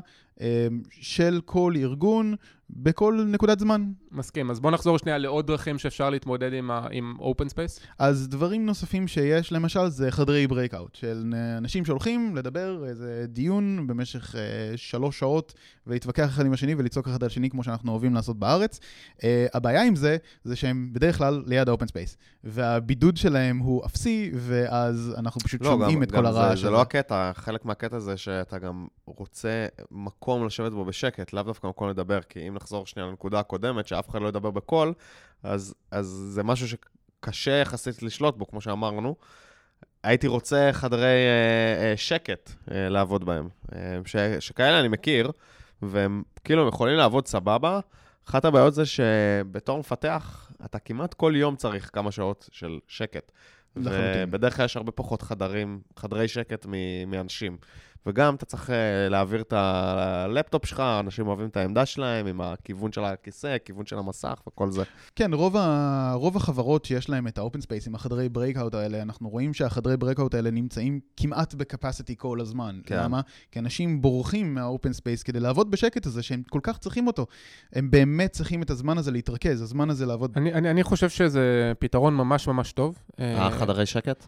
של כל ארגון בכל נקודת זמן. מסכים, אז בוא נחזור שנייה לעוד דרכים שאפשר להתמודד עם, ה- עם open space. אז דברים נוספים שיש, למשל, זה חדרי breakout, של אנשים שהולכים לדבר איזה דיון במשך אה, שלוש שעות, ולהתווכח אחד עם השני ולצעוק אחד על השני, כמו שאנחנו אוהבים לעשות בארץ. אה, הבעיה עם זה, זה שהם בדרך כלל ליד ה-open space, והבידוד שלהם הוא אפסי, ואז אנחנו פשוט לא, שומעים גם, את גם כל הרעש. זה, זה לא הקטע, חלק מהקטע זה שאתה גם רוצה מקום לשבת בו בשקט, לאו דווקא מקום לדבר, כי אם נחזור שנייה לנקודה הקודמת, שאף אחד לא ידבר בקול, אז, אז זה משהו שקשה יחסית לשלוט בו, כמו שאמרנו. הייתי רוצה חדרי אה, אה, שקט אה, לעבוד בהם, אה, ש, שכאלה אני מכיר, והם כאילו יכולים לעבוד סבבה. אחת הבעיות זה שבתור מפתח, אתה כמעט כל יום צריך כמה שעות של שקט. ובדרך כלל יש הרבה פחות חדרים, חדרי שקט מ- מאנשים. וגם אתה צריך להעביר את הלפטופ שלך, אנשים אוהבים את העמדה שלהם, עם הכיוון של הכיסא, הכיוון של המסך וכל זה. כן, רוב, ה... רוב החברות שיש להם את ה-open space עם החדרי breakout האלה, אנחנו רואים שהחדרי breakout האלה נמצאים כמעט ב-capacity כל הזמן. כן. למה? כי אנשים בורחים מה-open space כדי לעבוד בשקט הזה, שהם כל כך צריכים אותו. הם באמת צריכים את הזמן הזה להתרכז, הזמן הזה לעבוד. אני, אני, אני חושב שזה פתרון ממש ממש טוב. החדרי שקט?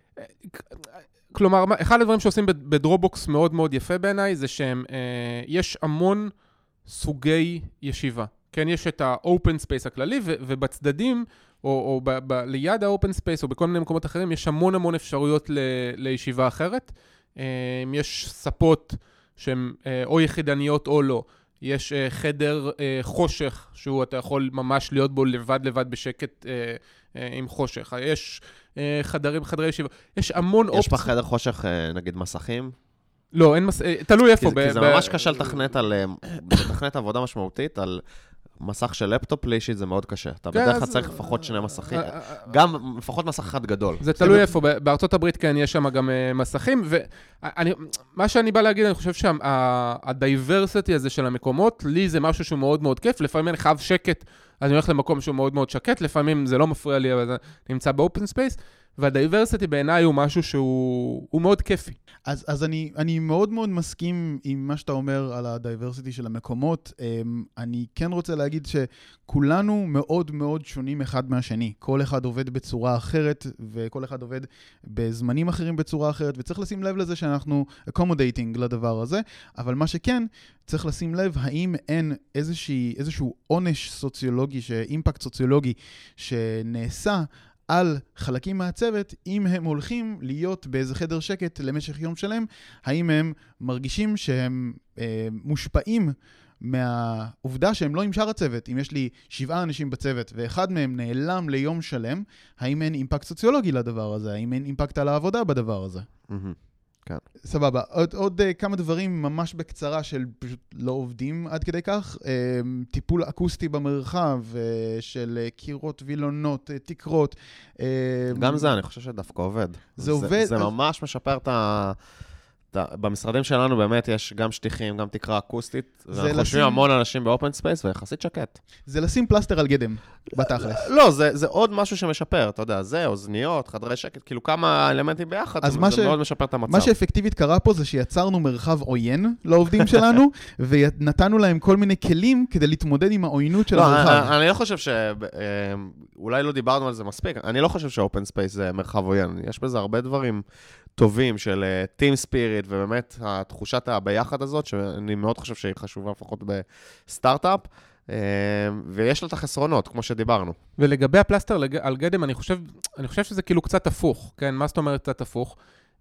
כלומר, אחד הדברים שעושים בדרופבוקס מאוד מאוד יפה בעיניי, זה שהם, אה, יש המון סוגי ישיבה. כן, יש את ה-open space הכללי, ו- ובצדדים, או, או ב- ב- ליד ה-open space, או בכל מיני מקומות אחרים, יש המון המון אפשרויות ל- לישיבה אחרת. אה, יש ספות שהן אה, או יחידניות או לא. יש אה, חדר אה, חושך, שהוא אתה יכול ממש להיות בו לבד לבד בשקט אה, אה, עם חושך. יש אה, חדרים, חדרי ישיבה. יש המון אופציות. יש פה חדר חושך, נגיד מסכים? לא, אין מס... תלוי איפה. כי, ב- כי זה ב- ממש קשה לתכנת על... לתכנת עבודה משמעותית על... מסך של לפטופ, לי אישית זה מאוד קשה. אתה בדרך כלל צריך לפחות שני מסכים. גם לפחות מסך אחד גדול. זה תלוי איפה. בארצות הברית כן, יש שם גם מסכים, ומה שאני בא להגיד, אני חושב שהדייברסיטי הזה של המקומות, לי זה משהו שהוא מאוד מאוד כיף. לפעמים אני חייב שקט, אז אני הולך למקום שהוא מאוד מאוד שקט, לפעמים זה לא מפריע לי, אבל זה נמצא באופן ספייס, והדייברסיטי בעיניי הוא משהו שהוא מאוד כיפי. אז, אז אני, אני מאוד מאוד מסכים עם מה שאתה אומר על הדייברסיטי של המקומות. אני כן רוצה להגיד שכולנו מאוד מאוד שונים אחד מהשני. כל אחד עובד בצורה אחרת, וכל אחד עובד בזמנים אחרים בצורה אחרת, וצריך לשים לב לזה שאנחנו accommodating לדבר הזה, אבל מה שכן, צריך לשים לב האם אין איזושהי, איזשהו עונש סוציולוגי, אימפקט סוציולוגי שנעשה על חלקים מהצוות, אם הם הולכים להיות באיזה חדר שקט למשך יום שלם, האם הם מרגישים שהם אה, מושפעים מהעובדה שהם לא עם שאר הצוות. אם יש לי שבעה אנשים בצוות ואחד מהם נעלם ליום שלם, האם אין אימפקט סוציולוגי לדבר הזה? האם אין אימפקט על העבודה בדבר הזה? Mm-hmm. כן. סבבה. עוד, עוד uh, כמה דברים ממש בקצרה של פשוט לא עובדים עד כדי כך. Uh, טיפול אקוסטי במרחב, uh, של uh, קירות, וילונות, uh, תקרות. Uh, גם זה, אני חושב שדווקא עובד. זה עובד. זה אז... ממש משפר את ה... במשרדים שלנו באמת יש גם שטיחים, גם תקרה אקוסטית, ואנחנו לשים... חושבים המון אנשים באופן ספייס, ויחסית שקט. זה לשים פלסטר על גדם, בתכלס. לא, זה, זה עוד משהו שמשפר, אתה יודע, זה, אוזניות, חדרי שקט, כאילו כמה אלמנטים ביחד, זה, ש... זה מאוד משפר את המצב. מה שאפקטיבית קרה פה זה שיצרנו מרחב עוין לעובדים שלנו, ונתנו להם כל מיני כלים כדי להתמודד עם העוינות של לא, המרחב. אני, אני לא חושב ש... אולי לא דיברנו על זה מספיק, אני לא חושב שאופן ספייס זה מרחב עוין, יש בזה הרבה דברים טובים של טים ספיריט, ובאמת התחושת הביחד הזאת, שאני מאוד חושב שהיא חשובה לפחות בסטארט-אפ, ויש לה את החסרונות, כמו שדיברנו. ולגבי הפלסטר על גדם, אני חושב, אני חושב שזה כאילו קצת הפוך, כן? מה זאת אומרת קצת הפוך?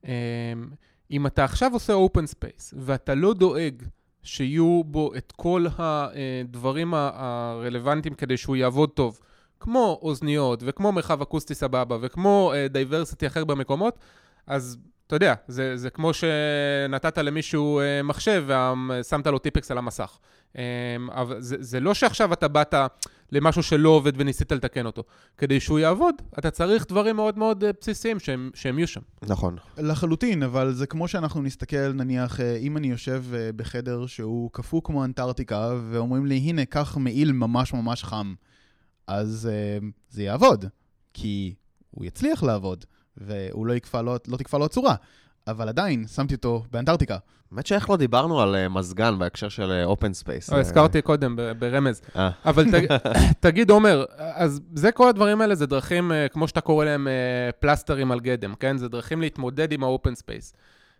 אם אתה עכשיו עושה אופן ספייס, ואתה לא דואג שיהיו בו את כל הדברים הרלוונטיים כדי שהוא יעבוד טוב, כמו אוזניות, וכמו מרחב אקוסטי סבבה, וכמו דייברסיטי אחר במקומות, אז אתה יודע, זה, זה כמו שנתת למישהו מחשב ושמת לו טיפקס על המסך. אבל זה, זה לא שעכשיו אתה באת למשהו שלא עובד וניסית לתקן אותו. כדי שהוא יעבוד, אתה צריך דברים מאוד מאוד בסיסיים שהם, שהם יהיו שם. נכון. לחלוטין, אבל זה כמו שאנחנו נסתכל, נניח, אם אני יושב בחדר שהוא קפוא כמו אנטארקטיקה, ואומרים לי, הנה, כך מעיל ממש ממש חם. אז זה יעבוד, כי הוא יצליח לעבוד. והוא לא יקפה לו, לא תקפה לו הצורה, אבל עדיין שמתי אותו באנטארקטיקה. באמת שאיך לא דיברנו על מזגן בהקשר של אופן ספייס. הזכרתי קודם ברמז. אבל תגיד, עומר, אז זה כל הדברים האלה, זה דרכים, כמו שאתה קורא להם, פלסטרים על גדם, כן? זה דרכים להתמודד עם האופן ספייס.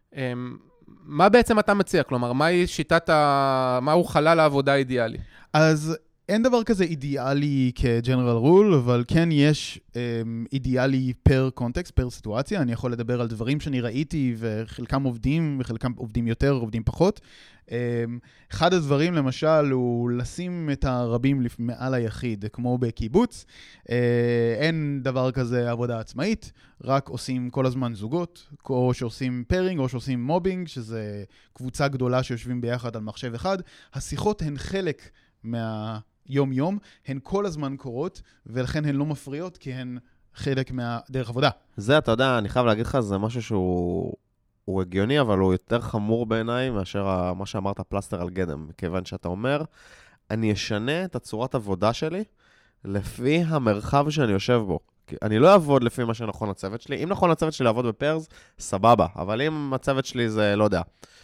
מה בעצם אתה מציע? כלומר, מהי שיטת ה... מהו חלל העבודה האידיאלי? אז... אין דבר כזה אידיאלי כג'נרל רול, אבל כן יש um, אידיאלי פר קונטקסט, פר סיטואציה. אני יכול לדבר על דברים שאני ראיתי, וחלקם עובדים, וחלקם עובדים יותר, עובדים פחות. Um, אחד הדברים, למשל, הוא לשים את הרבים מעל היחיד, כמו בקיבוץ. Uh, אין דבר כזה עבודה עצמאית, רק עושים כל הזמן זוגות, או שעושים פארינג, או שעושים מובינג, שזה קבוצה גדולה שיושבים ביחד על מחשב אחד. השיחות הן חלק מה... יום יום, הן כל הזמן קורות, ולכן הן לא מפריעות, כי הן חלק מהדרך עבודה. זה, אתה יודע, אני חייב להגיד לך, זה משהו שהוא הוא הגיוני, אבל הוא יותר חמור בעיניי, מאשר מה שאמרת פלסטר על גדם, כיוון שאתה אומר, אני אשנה את הצורת עבודה שלי, לפי המרחב שאני יושב בו. אני לא אעבוד לפי מה שנכון הצוות שלי, אם נכון הצוות שלי לעבוד בפרס, סבבה, אבל אם הצוות שלי זה, לא יודע,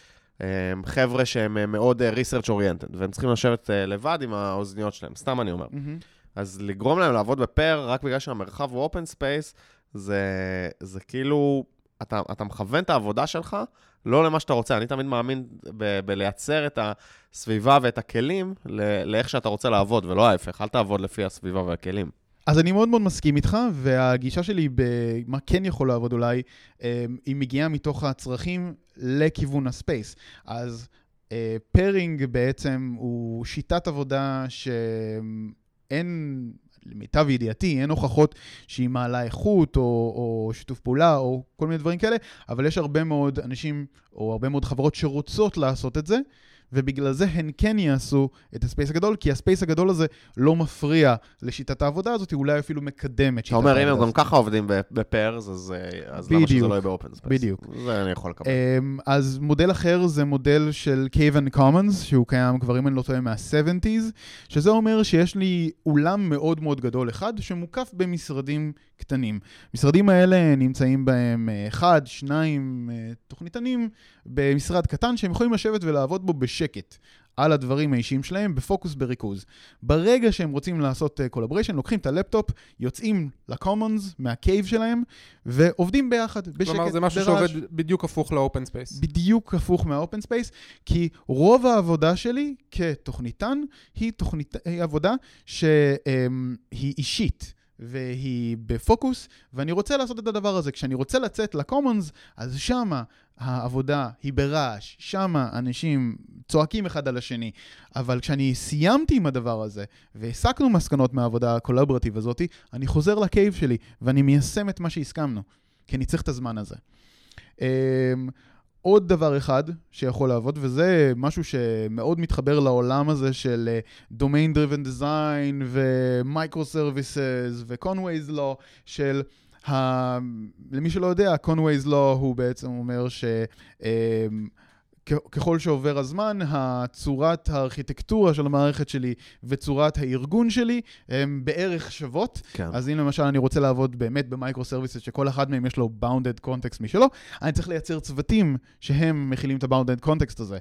חבר'ה שהם מאוד research oriented, והם צריכים לשבת לבד עם האוזניות שלהם, סתם אני אומר. Mm-hmm. אז לגרום להם לעבוד בפר, רק בגלל שהמרחב הוא open space, זה, זה כאילו, אתה, אתה מכוון את העבודה שלך, לא למה שאתה רוצה. אני תמיד מאמין ב- בלייצר את הסביבה ואת הכלים, ל- לאיך שאתה רוצה לעבוד, ולא ההפך, אל תעבוד לפי הסביבה והכלים. אז אני מאוד מאוד מסכים איתך, והגישה שלי במה כן יכול לעבוד אולי, היא מגיעה מתוך הצרכים לכיוון הספייס. אז פארינג בעצם הוא שיטת עבודה שאין, למיטב ידיעתי, אין הוכחות שהיא מעלה איכות או, או שיתוף פעולה או כל מיני דברים כאלה, אבל יש הרבה מאוד אנשים או הרבה מאוד חברות שרוצות לעשות את זה, ובגלל זה הן כן יעשו את הספייס הגדול, כי הספייס הגדול הזה לא מפריע לשיטת העבודה הזאת, אולי אפילו מקדם את שיטת העבודה הזאת. אתה אומר, אם הם גם ככה עובדים בפיירס, אז, אז למה שזה לא יהיה באופן ספייס? בדיוק. זה אני יכול לקבל. אז מודל אחר זה מודל של Cave and Commons, שהוא קיים כבר, אם אני לא טועה, מה-שבעים, שזה אומר שיש לי אולם מאוד מאוד גדול אחד, שמוקף במשרדים קטנים. משרדים האלה נמצאים בהם אחד, שניים תוכניתנים, במשרד קטן, שהם יכולים לשבת ולעבוד בו בשקט על הדברים האישיים שלהם, בפוקוס בריכוז. ברגע שהם רוצים לעשות קולבריישן, לוקחים את הלפטופ, יוצאים לקומונס מהקייב שלהם, ועובדים ביחד, בשקט. כלומר, זה משהו ברעש. שעובד בדיוק הפוך לאופן ספייס. בדיוק הפוך מהאופן ספייס, כי רוב העבודה שלי כתוכניתן, היא, תוכנית, היא עבודה שהיא אישית. והיא בפוקוס, ואני רוצה לעשות את הדבר הזה. כשאני רוצה לצאת לקומונס, אז שמה העבודה היא ברעש, שמה אנשים צועקים אחד על השני, אבל כשאני סיימתי עם הדבר הזה, והסקנו מסקנות מהעבודה הקולברטיב הזאת, אני חוזר לקייב שלי, ואני מיישם את מה שהסכמנו, כי אני צריך את הזמן הזה. עוד דבר אחד שיכול לעבוד, וזה משהו שמאוד מתחבר לעולם הזה של Domain Driven Design ו-Microservices ו-Conway's Law, של ה... למי שלא יודע, Conway's Law הוא בעצם אומר ש... ככל שעובר הזמן, הצורת הארכיטקטורה של המערכת שלי וצורת הארגון שלי הם בערך שוות. כן. אז אם למשל אני רוצה לעבוד באמת במייקרו-סרוויסס שכל אחד מהם יש לו bounded context משלו, אני צריך לייצר צוותים שהם מכילים את ה-bounded context הזה.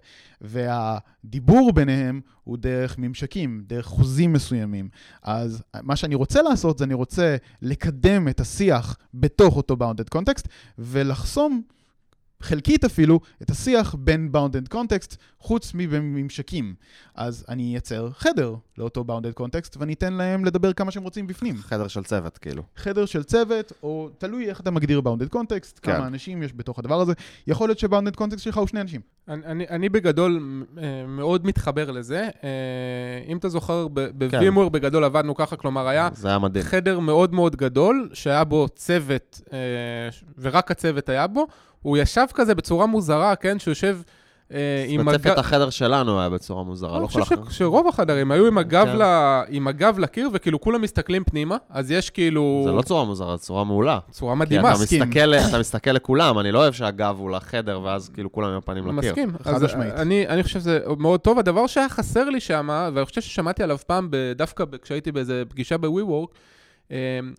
והדיבור ביניהם הוא דרך ממשקים, דרך חוזים מסוימים. אז מה שאני רוצה לעשות זה אני רוצה לקדם את השיח בתוך אותו bounded context ולחסום חלקית אפילו את השיח בין bounded context חוץ מבממשקים. אז אני אייצר חדר לאותו bounded context ואני אתן להם לדבר כמה שהם רוצים בפנים. חדר של צוות כאילו. חדר של צוות, או תלוי איך אתה מגדיר bounded context, כן. כמה אנשים יש בתוך הדבר הזה. יכול להיות ש-bounded context שלך הוא שני אנשים. אני, אני, אני בגדול מאוד מתחבר לזה. אם אתה זוכר, ב-VMware כן. בגדול עבדנו ככה, כלומר היה, היה חדר מאוד מאוד גדול שהיה בו צוות, ורק הצוות היה בו. הוא ישב כזה בצורה מוזרה, כן? שהוא יושב עם הגב... ספציפית החדר שלנו היה בצורה מוזרה, לא כל אחר. אני חושב שרוב החדרים היו עם הגב לקיר, וכאילו כולם מסתכלים פנימה, אז יש כאילו... זה לא צורה מוזרה, זה צורה מעולה. צורה מדהימה. כי אתה מסתכל לכולם, אני לא אוהב שהגב הוא לחדר, ואז כאילו כולם עם הפנים לקיר. מסכים. אני חושב שזה מאוד טוב. הדבר שהיה חסר לי שם, ואני חושב ששמעתי עליו פעם, דווקא כשהייתי באיזו פגישה ב-WeWork,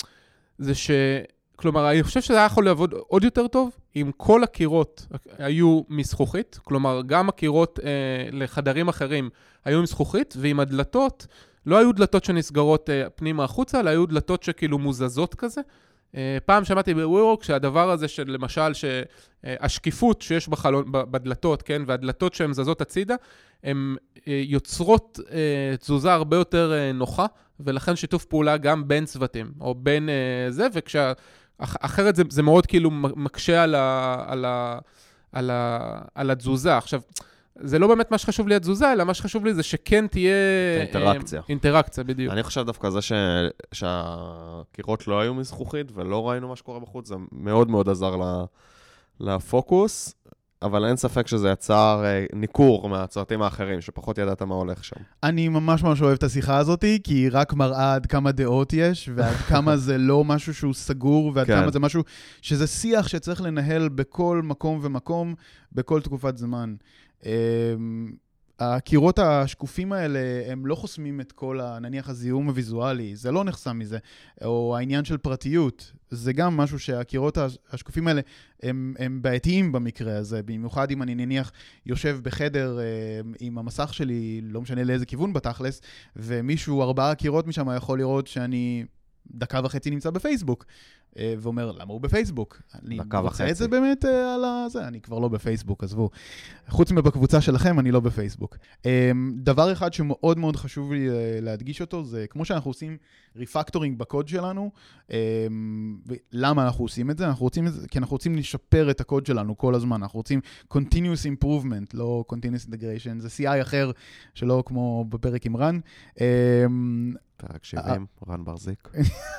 זה ש... כלומר, אני חושב שזה היה יכול לעבוד עוד יותר טוב, אם כל הקירות היו מזכוכית, כלומר, גם הקירות אה, לחדרים אחרים היו מזכוכית, ועם הדלתות, לא היו דלתות שנסגרות אה, פנימה החוצה, אלא היו דלתות שכאילו מוזזות כזה. אה, פעם שמעתי ב-WeWork שהדבר הזה של למשל, שהשקיפות שיש בחלון, בדלתות, כן, והדלתות שהן זזות הצידה, הן אה, יוצרות אה, תזוזה הרבה יותר אה, נוחה, ולכן שיתוף פעולה גם בין צוותים, או בין אה, זה, וכשה... אחרת זה, זה מאוד כאילו מקשה על, ה, על, ה, על, ה, על התזוזה. עכשיו, זה לא באמת מה שחשוב לי התזוזה, אלא מה שחשוב לי זה שכן תהיה... אינטראקציה. אינטראקציה, בדיוק. אני חושב דווקא זה ש... שהקירות לא היו מזכוכית, ולא ראינו מה שקורה בחוץ, זה מאוד מאוד עזר לפוקוס, אבל אין ספק שזה יצר ניכור מהצוותים האחרים, שפחות ידעת מה הולך שם. אני ממש ממש אוהב את השיחה הזאת, כי היא רק מראה עד כמה דעות יש, ועד כמה זה לא משהו שהוא סגור, ועד כמה זה משהו שזה שיח שצריך לנהל בכל מקום ומקום, בכל תקופת זמן. הקירות השקופים האלה, הם לא חוסמים את כל, נניח, הזיהום הוויזואלי, זה לא נחסם מזה, או העניין של פרטיות, זה גם משהו שהקירות השקופים האלה, הם, הם בעייתיים במקרה הזה, במיוחד אם אני נניח יושב בחדר עם המסך שלי, לא משנה לאיזה כיוון בתכלס, ומישהו ארבעה קירות משם יכול לראות שאני דקה וחצי נמצא בפייסבוק, ואומר, למה הוא בפייסבוק? אני רוצה את זה באמת על זה, אני כבר לא בפייסבוק, עזבו. חוץ מבקבוצה שלכם, אני לא בפייסבוק. דבר אחד שמאוד מאוד חשוב לי להדגיש אותו, זה כמו שאנחנו עושים ריפקטורינג בקוד שלנו, למה אנחנו עושים את זה? אנחנו רוצים את זה כי אנחנו רוצים לשפר את הקוד שלנו כל הזמן, אנחנו רוצים continuous improvement, לא continuous integration, זה סי איי אחר שלא כמו בפרק עם רן. פרק שבעים, רן ברזיק.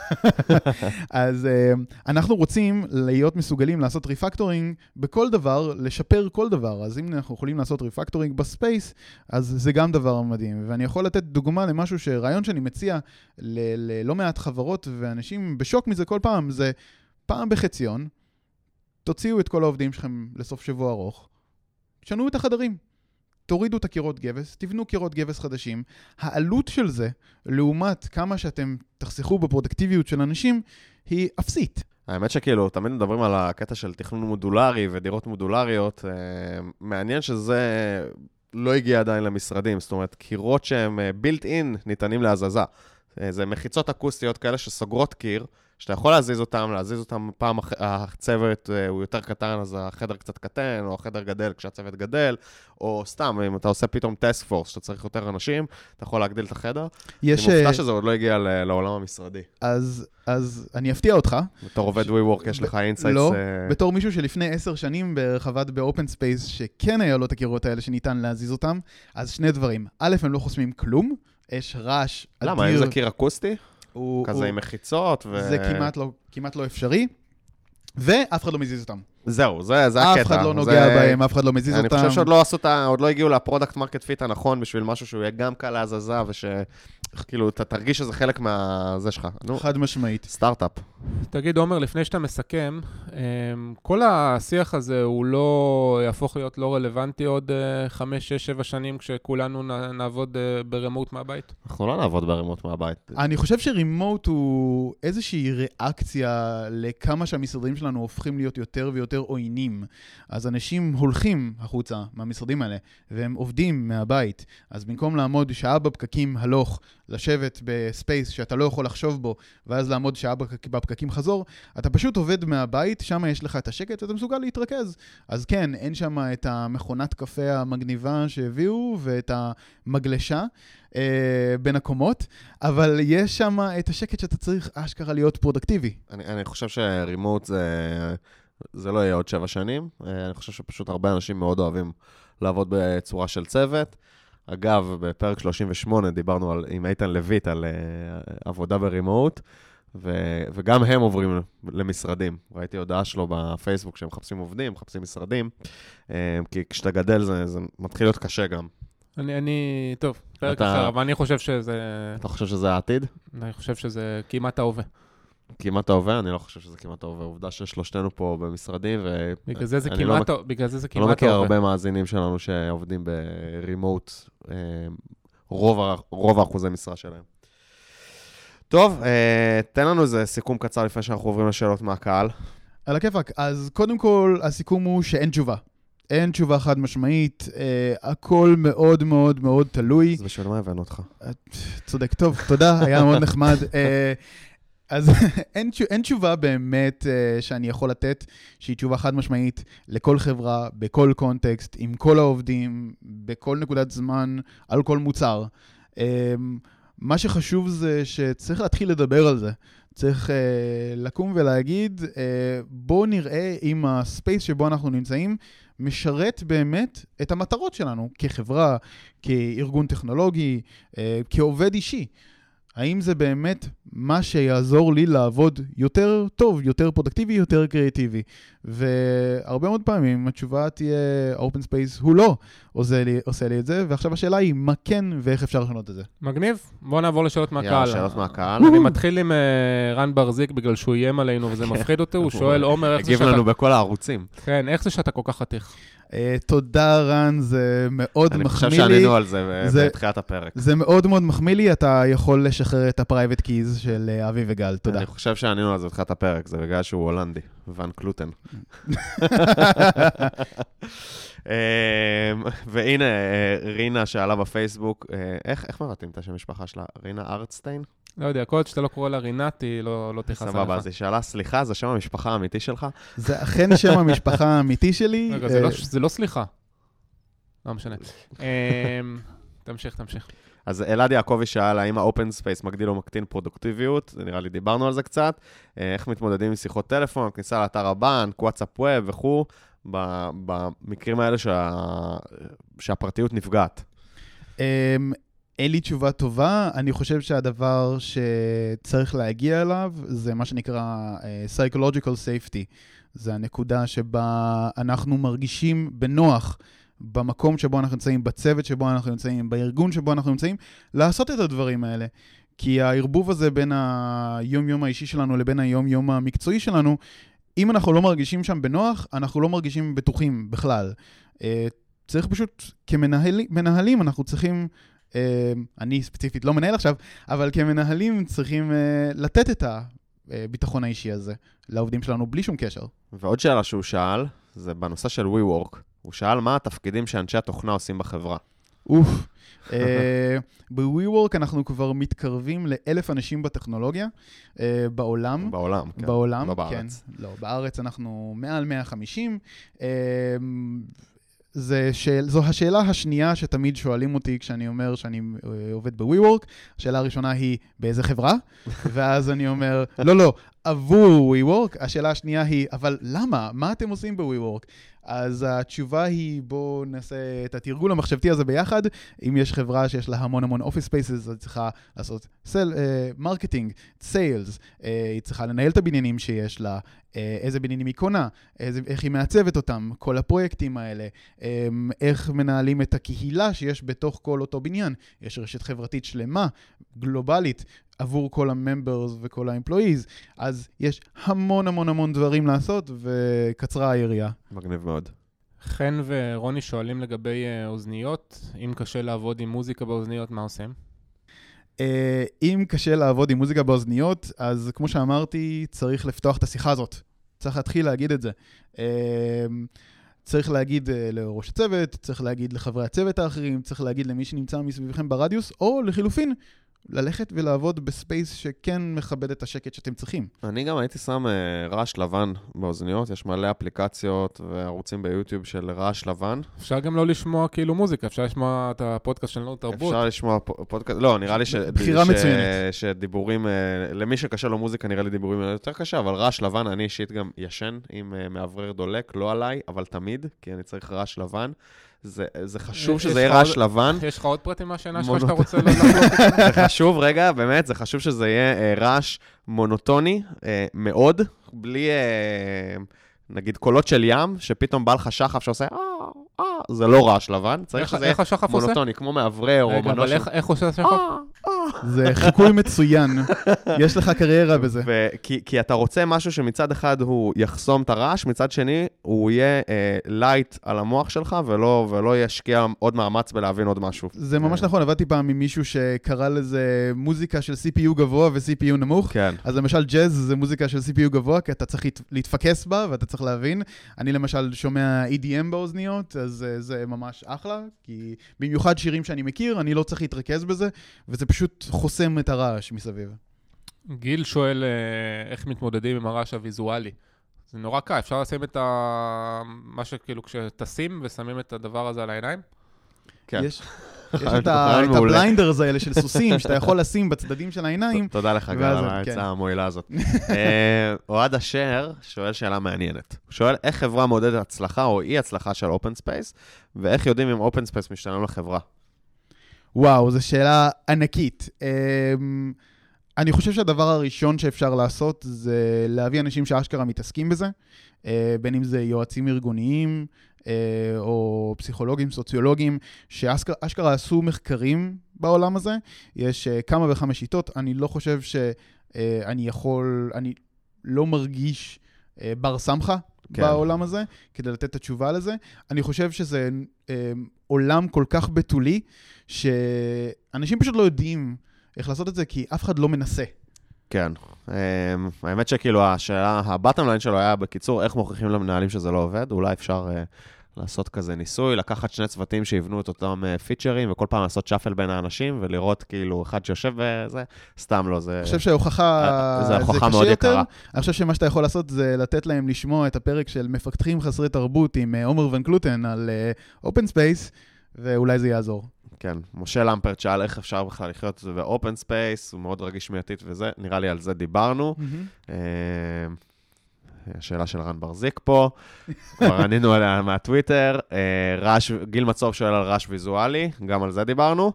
אז אנחנו רוצים להיות מסוגלים לעשות ריפקטורינג בכל דבר, לשפר כל דבר. אז אם אנחנו יכולים לעשות ריפקטורינג בספייס, אז זה גם דבר מדהים. ואני יכול לתת דוגמה למשהו שרעיון שאני מציע ללא מעט חברות ואנשים בשוק מזה כל פעם, זה פעם בחציון, תוציאו את כל העובדים שלכם לסוף שבוע ארוך, שנו את החדרים. תורידו את הקירות גבס, תבנו קירות גבס חדשים. העלות של זה, לעומת כמה שאתם תחסכו בפרודקטיביות של אנשים, היא אפסית. האמת שכאילו, תמיד מדברים על הקטע של תכנון מודולרי ודירות מודולריות. מעניין שזה לא הגיע עדיין למשרדים. זאת אומרת, קירות שהם built in ניתנים להזזה. זה מחיצות אקוסטיות כאלה שסוגרות קיר, שאתה יכול להזיז אותם, להזיז אותם פעם הצוות הוא יותר קטן, אז החדר קצת קטן, או החדר גדל כשהצוות גדל, או סתם, אם אתה עושה פתאום טסק פורס, שאתה צריך יותר אנשים, אתה יכול להגדיל את החדר. יש... אני מופתע שזה עוד לא הגיע לעולם המשרדי. אז, אז אני אפתיע אותך. בתור עובד WeWork יש לך אינסייטס... לא, בתור מישהו שלפני עשר שנים ברחבת באופן ספייס, שכן היה לו את הקירות האלה שניתן להזיז אותם, אז שני דברים. א', הם לא חוסמים כלום, יש רעש אדיר. למה? אם זה קיר אקוסטי? הוא, כזה הוא, עם מחיצות ו... זה כמעט לא, כמעט לא אפשרי, ואף אחד לא מזיז אותם. זהו, זה, זה הקטע. אף אחד לא נוגע זה... בהם, אף אחד לא מזיז אני אותם. אני חושב שעוד לא עשו, עוד לא הגיעו לפרודקט מרקט פיט הנכון, בשביל משהו שהוא יהיה גם קל להזזה, וש... כאילו, אתה תרגיש שזה חלק מה... שלך. חד משמעית. סטארט-אפ. תגיד, עומר, לפני שאתה מסכם, כל השיח הזה הוא לא יהפוך להיות לא רלוונטי עוד חמש, שש, שבע שנים, כשכולנו נעבוד ברמוט מהבית? אנחנו לא נעבוד ברמוט מהבית. אני חושב שרימוט הוא איזושהי ריאקציה לכמה שהמשרדים שלנו הופכים להיות יותר ויותר עוינים. אז אנשים הולכים החוצה מהמשרדים האלה, והם עובדים מהבית. אז במקום לעמוד שעה בפקקים הלוך, לשבת בספייס שאתה לא יכול לחשוב בו, ואז לעמוד שעה בפקקים חזור, אתה פשוט עובד מהבית, שם יש לך את השקט, ואתה מסוגל להתרכז. אז כן, אין שם את המכונת קפה המגניבה שהביאו, ואת המגלשה אה, בין הקומות, אבל יש שם את השקט שאתה צריך אשכרה להיות פרודקטיבי. אני, אני חושב שרימוט זה, זה לא יהיה עוד שבע שנים. אני חושב שפשוט הרבה אנשים מאוד אוהבים לעבוד בצורה של צוות. אגב, בפרק שלושים ושמונה דיברנו על, עם איתן לויט על uh, עבודה ברימוט, ו- וגם הם עוברים למשרדים. ראיתי הודעה שלו בפייסבוק שהם מחפשים עובדים, מחפשים משרדים, uh, כי כשאתה גדל זה, זה מתחיל להיות קשה גם. אני, אני, טוב, פרק אתה, אחר, אבל אני חושב שזה... אתה חושב שזה העתיד? אני חושב שזה כמעט ההווה. כמעט ההווה? אני לא חושב שזה כמעט ההווה. עובדה ששלושתנו פה במשרדים, ו... בגלל זה זה כמעט ההווה. בגלל זה זה כמעט ההווה. אני לא מכיר הרבה מאזינים שלנו שעובדים ברימוט, רוב, רוב האחוזי משרה שלהם. טוב, תן לנו איזה סיכום קצר לפני שאנחנו עוברים לשאלות מהקהל. על הכיפק. אז קודם כל, הסיכום הוא שאין תשובה. אין תשובה חד משמעית, אה, הכל מאוד מאוד מאוד תלוי. אז בשביל מה הבאנו אותך? צודק, טוב, תודה, היה מאוד נחמד. אה, אז אין, אין תשובה באמת uh, שאני יכול לתת, שהיא תשובה חד משמעית לכל חברה, בכל קונטקסט, עם כל העובדים, בכל נקודת זמן, על כל מוצר. Um, מה שחשוב זה שצריך להתחיל לדבר על זה. צריך uh, לקום ולהגיד, uh, בוא נראה אם הספייס שבו אנחנו נמצאים, משרת באמת את המטרות שלנו, כחברה, כארגון טכנולוגי, uh, כעובד אישי. האם זה באמת מה שיעזור לי לעבוד יותר טוב, יותר פרודקטיבי, יותר קריאטיבי? והרבה מאוד פעמים התשובה תהיה, Open Space הוא לא עושה לי, עושה לי את זה, ועכשיו השאלה היא מה כן ואיך אפשר לשנות את זה. מגניב, בואו נעבור לשאלות מהקהל. יאללה, שאלות מהקהל. אני מתחיל עם רן ברזיק בגלל שהוא איים עלינו וזה מפחיד אותו, הוא שואל, עומר, איך זה שאתה... הגיב לנו בכל הערוצים. כן, איך זה שאתה כל כך חתיך? תודה רן, זה מאוד מחמיא לי. אני חושב שענינו על זה בתחילת הפרק. זה מאוד מאוד מחמיא לי, אתה יכול לשחרר את ה-Private Keys של אבי וגל, תודה. אני חושב שענינו על זה בתחילת הפרק, זה בגלל שהוא הולנדי, ון קלוטן. והנה, רינה שאלה בפייסבוק, איך מרתים את השם המשפחה שלה? רינה ארטסטיין? לא יודע, כל עוד שאתה לא קורא לה רינת, לא תכעס עליך. סבבה, אז היא שאלה, סליחה, זה שם המשפחה האמיתי שלך? זה אכן שם המשפחה האמיתי שלי. רגע, זה לא סליחה. לא משנה. תמשיך, תמשיך. אז אלעד יעקבי שאל, האם ה-Open Space מגדיל או מקטין פרודוקטיביות? נראה לי דיברנו על זה קצת. איך מתמודדים עם שיחות טלפון, כניסה לאתר הבנק, וואטסאפ ווב וכו', במקרים האלה שהפרטיות נפגעת? אין לי תשובה טובה, אני חושב שהדבר שצריך להגיע אליו זה מה שנקרא uh, psychological safety. זה הנקודה שבה אנחנו מרגישים בנוח במקום שבו אנחנו נמצאים, בצוות שבו אנחנו נמצאים, בארגון שבו אנחנו נמצאים, לעשות את הדברים האלה. כי הערבוב הזה בין היום-יום האישי שלנו לבין היום-יום המקצועי שלנו, אם אנחנו לא מרגישים שם בנוח, אנחנו לא מרגישים בטוחים בכלל. Uh, צריך פשוט, כמנהלים, אנחנו צריכים... Uh, אני ספציפית לא מנהל עכשיו, אבל כמנהלים צריכים uh, לתת את הביטחון האישי הזה לעובדים שלנו בלי שום קשר. ועוד שאלה שהוא שאל, זה בנושא של WeWork. הוא שאל מה התפקידים שאנשי התוכנה עושים בחברה. אוף. uh, ב-WeWork אנחנו כבר מתקרבים לאלף אנשים בטכנולוגיה, uh, בעולם. בעולם, כן. בעולם, לא בארץ. כן. לא, בארץ אנחנו מעל מאה וחמישים. Uh, זה שאל, זו השאלה השנייה שתמיד שואלים אותי כשאני אומר שאני עובד ב-WeWork. השאלה הראשונה היא באיזה חברה, ואז אני אומר, לא, לא, עבור WeWork. השאלה השנייה היא, אבל למה? מה אתם עושים ב-WeWork? אז התשובה היא, בואו נעשה את התרגול המחשבתי הזה ביחד. אם יש חברה שיש לה המון המון אופיס ספייסס, אז היא צריכה לעשות סל, מרקטינג, סיילס, היא צריכה לנהל את הבניינים שיש לה, איזה בניינים היא קונה, איזה, איך היא מעצבת אותם, כל הפרויקטים האלה, איך מנהלים את הקהילה שיש בתוך כל אותו בניין. יש רשת חברתית שלמה, גלובלית, עבור כל הממברס וכל האמפלואיז, אז יש המון המון המון דברים לעשות, וקצרה היריעה. מגניב מאוד. חן ורוני שואלים לגבי אוזניות, אם קשה לעבוד עם מוזיקה באוזניות, מה עושים? אם קשה לעבוד עם מוזיקה באוזניות, אז כמו שאמרתי, צריך לפתוח את השיחה הזאת. צריך להתחיל להגיד את זה. צריך להגיד לראש הצוות, צריך להגיד לחברי הצוות האחרים, צריך להגיד למי שנמצא מסביבכם ברדיוס, או לחילופין, ללכת ולעבוד בספייס שכן מכבד את השקט שאתם צריכים. אני גם הייתי שם uh, רעש לבן באוזניות, יש מלא אפליקציות וערוצים ביוטיוב של רעש לבן. אפשר גם לא לשמוע כאילו מוזיקה, אפשר לשמוע את הפודקאסט שלנו תרבות. אפשר לשמוע פודקאסט, לא, נראה לי ש... בחירה ש... מצוינת. שדיבורים, uh, למי שקשה לו מוזיקה נראה לי דיבורים יותר קשה, אבל רעש לבן, אני אישית גם ישן עם uh, מעברר דולק, לא עליי, אבל תמיד, כי אני צריך רעש לבן. זה, זה חשוב שזה יהיה רעש לבן. יש לך עוד פרטים מהשינה שלך שאתה רוצה לחלוק איתנו? זה חשוב, רגע, באמת, זה חשוב שזה יהיה אה, רעש מונוטוני אה, מאוד, בלי, אה, נגיד, קולות של ים, שפתאום בא לך שחף שעושה, אה, אה, זה לא רעש לבן, צריך שזה יהיה מונוטוני, כמו מעברר או מנוע של... רגע, אבל איך עושה השחף? זה חיקוי מצוין, יש לך קריירה בזה. כי, כי אתה רוצה משהו שמצד אחד הוא יחסום את הרעש, מצד שני הוא יהיה לייט על המוח שלך, ולא, ולא ישקיע עוד מאמץ בלהבין עוד משהו. זה ממש נכון, עבדתי פעם ממישהו שקרא לזה מוזיקה של סי פי יו גבוה ו-סי פי יו נמוך. כן. אז למשל ג'אז זה מוזיקה של סי פי יו גבוה, כי אתה צריך להתפקס בה ואתה צריך להבין. אני למשל שומע אי די אם באוזניות, אז זה ממש אחלה, כי במיוחד שירים שאני מכיר, אני לא צריך להתרכז בזה, וזה פשוט חוסם את הרעש מסביב. גיל שואל איך מתמודדים עם הרעש הוויזואלי. זה נורא קל, אפשר לשים את ה... מה שכאילו כשתשים ושמים את הדבר הזה על העיניים? כן. יש, יש את הבליינדרס האלה של סוסים, שאתה יכול לשים בצדדים של העיניים. תודה לך גם על ההצעה המועילה הזאת. אוהד אשר שואל שאלה מעניינת. הוא שואל איך חברה מודדת הצלחה או אי הצלחה של אופן ספייס, ואיך יודעים אם אופן ספייס משתלם לחברה? וואו, זו שאלה ענקית. אני חושב שהדבר הראשון שאפשר לעשות זה להביא אנשים שאשכרה מתעסקים בזה, בין אם זה יועצים ארגוניים או פסיכולוגים, סוציולוגים, שאשכרה עשו מחקרים בעולם הזה. יש כמה וכמה שיטות. אני לא חושב שאני יכול, אני לא מרגיש בר סמכה כן. בעולם הזה, כדי לתת את התשובה לזה. אני חושב שזה עולם כל כך בתולי, שאנשים פשוט לא יודעים איך לעשות את זה, כי אף אחד לא מנסה. כן. האמת שכאילו השאלה, הבטם ליין שלו היה בקיצור, איך מוכיחים למנהלים שזה לא עובד? אולי אפשר לעשות כזה ניסוי, לקחת שני צוותים שיבנו את אותם פיצ'רים, וכל פעם לעשות שפל בין האנשים, ולראות כאילו אחד שיושב בזה, סתם לא, זה... אני חושב שההוכחה זה הוכחה מאוד יקרה. אני חושב שמה שאתה יכול לעשות זה לתת להם לשמוע את הפרק של מפתחים חסרי תרבות עם עומר ון קלוטן על אופן ספייס, ואולי זה יעזור. כן, משה למפרט שאל איך אפשר בכלל לחיות את זה באופן ספייס, הוא מאוד רגיש מייתית וזה, נראה לי על זה דיברנו. השאלה של רן ברזיק פה, כבר ענינו עליה מהטוויטר. גיל מצוב שואל על רעש ויזואלי, גם על זה דיברנו.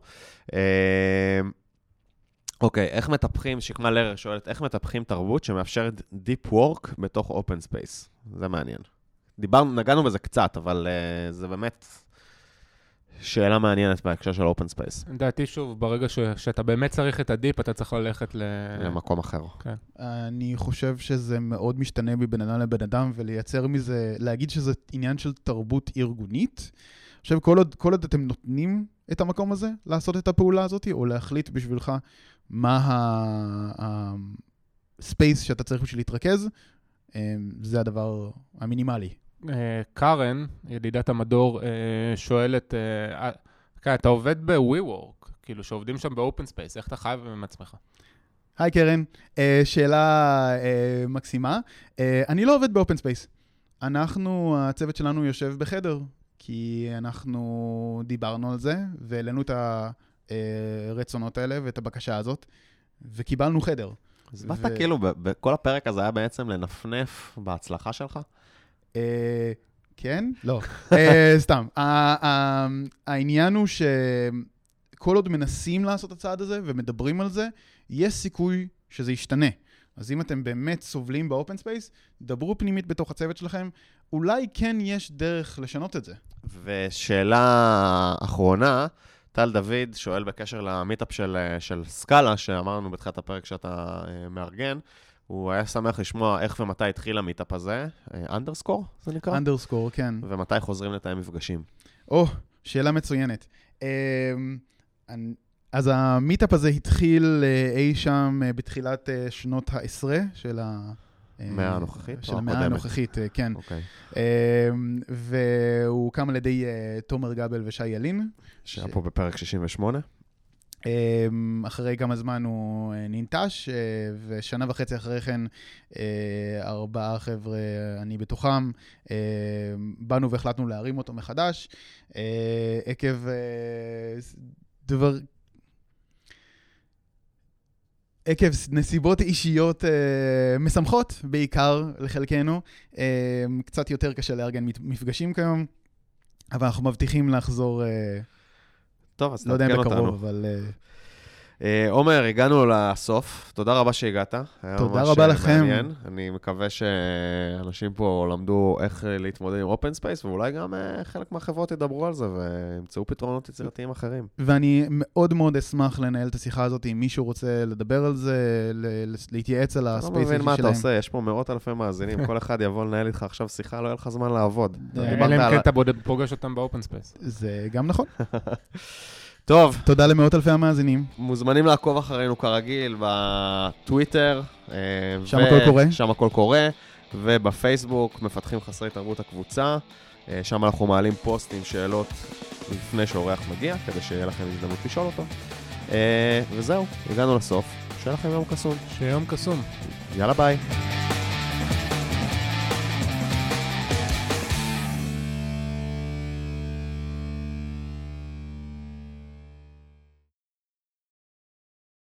אוקיי, איך מטפחים, שקמה לרר שואלת, איך מטפחים תרבות שמאפשרת דיפ וורק בתוך אופן ספייס? זה מעניין. דיברנו, נגענו בזה קצת, אבל זה באמת... שאלה מעניינת בהקשר של אופן ספייס. דעתי שוב, ברגע ש, שאתה באמת צריך את הדיפ, אתה צריך ללכת ל... למקום אחר. כן. אני חושב שזה מאוד משתנה מבין אדם לבן אדם, ולייצר מזה, להגיד שזה עניין של תרבות ארגונית. עכשיו, כל עוד, כל עוד אתם נותנים את המקום הזה, לעשות את הפעולה הזאת, או להחליט בשבילך מה הספייס שאתה צריך בשביל להתרכז, זה הדבר המינימלי. קארן, ידידת המדור, שואלת, אתה עובד ב-WeWork, כאילו שעובדים שם באופן ספייס, איך אתה חי עם עצמך? היי קרן, שאלה מקסימה. אני לא עובד באופן ספייס. אנחנו, הצוות שלנו יושב בחדר, כי אנחנו דיברנו על זה, והעלינו את הרצונות האלה ואת הבקשה הזאת, וקיבלנו חדר. אז באת כאילו, בכל הפרק הזה היה בעצם לנפנף בהצלחה שלך? כן? לא. סתם. העניין הוא שכל עוד מנסים לעשות את הצעד הזה ומדברים על זה, יש סיכוי שזה ישתנה. אז אם אתם באמת סובלים באופן ספייס, דברו פנימית בתוך הצוות שלכם, אולי כן יש דרך לשנות את זה. ושאלה אחרונה, טל דוד שואל בקשר למיטאפ של, של סקאלה, שאמרנו בתחילת הפרק שאתה מארגן, הוא היה שמח לשמוע איך ומתי התחיל המיטאפ הזה, אנדרסקור זה נקרא? אנדרסקור, כן. ומתי חוזרים לתאם מפגשים? או, שאלה מצוינת. אז המיטאפ הזה התחיל אי שם בתחילת שנות העשרה של ה... המאה הנוכחית? של המאה הנוכחית, כן. אוקיי. והוא קם על ידי תומר גבל ושי ילין. שהיה פה בפרק שישים ושמונה. אחרי כמה זמן הוא ננטש, ושנה וחצי אחרי כן ארבעה חבר'ה, אני בתוכם, באנו והחלטנו להרים אותו מחדש, עקב דבר... עקב נסיבות אישיות אה, משמחות, בעיקר לחלקנו. אה, קצת יותר קשה לארגן מפגשים כיום, אבל אנחנו מבטיחים לחזור, אה, טוב, אז לא יודע אם תעדכן בקרוב, אותנו. אבל... אה, אה, עומר, הגענו לסוף. תודה רבה שהגעת. תודה רבה לכם. מעניין. אני מקווה שאנשים פה למדו איך להתמודד עם אופן ספייס, ואולי גם אה, חלק מהחברות ידברו על זה וימצאו פתרונות יצירתיים אחרים. ואני מאוד מאוד אשמח לנהל את השיחה הזאת, אם מישהו רוצה לדבר על זה, ל- להתייעץ על הספייס אישי שלהם. אני לא מבין מה אתה עושה, יש פה מאות אלפי מאזינים, כל אחד יבוא לנהל איתך עכשיו שיחה, לא יהיה לך זמן לעבוד. אלא אם כן אתה פוגש אותם באופן ספייס. זה גם נכון. טוב. תודה למאות אלפי המאזינים. מוזמנים לעקוב אחרינו כרגיל בטוויטר. שם הכל קורה. שם הכל קורה. ובפייסבוק, מפתחים חסרי תרבות הקבוצה. שם אנחנו מעלים פוסטים, שאלות לפני שאורח מגיע, כדי שיהיה לכם הזדמנות לשאול אותו. וזהו, הגענו לסוף. שיהיה לכם יום קסום. שיהיה יום קסום. יאללה ביי.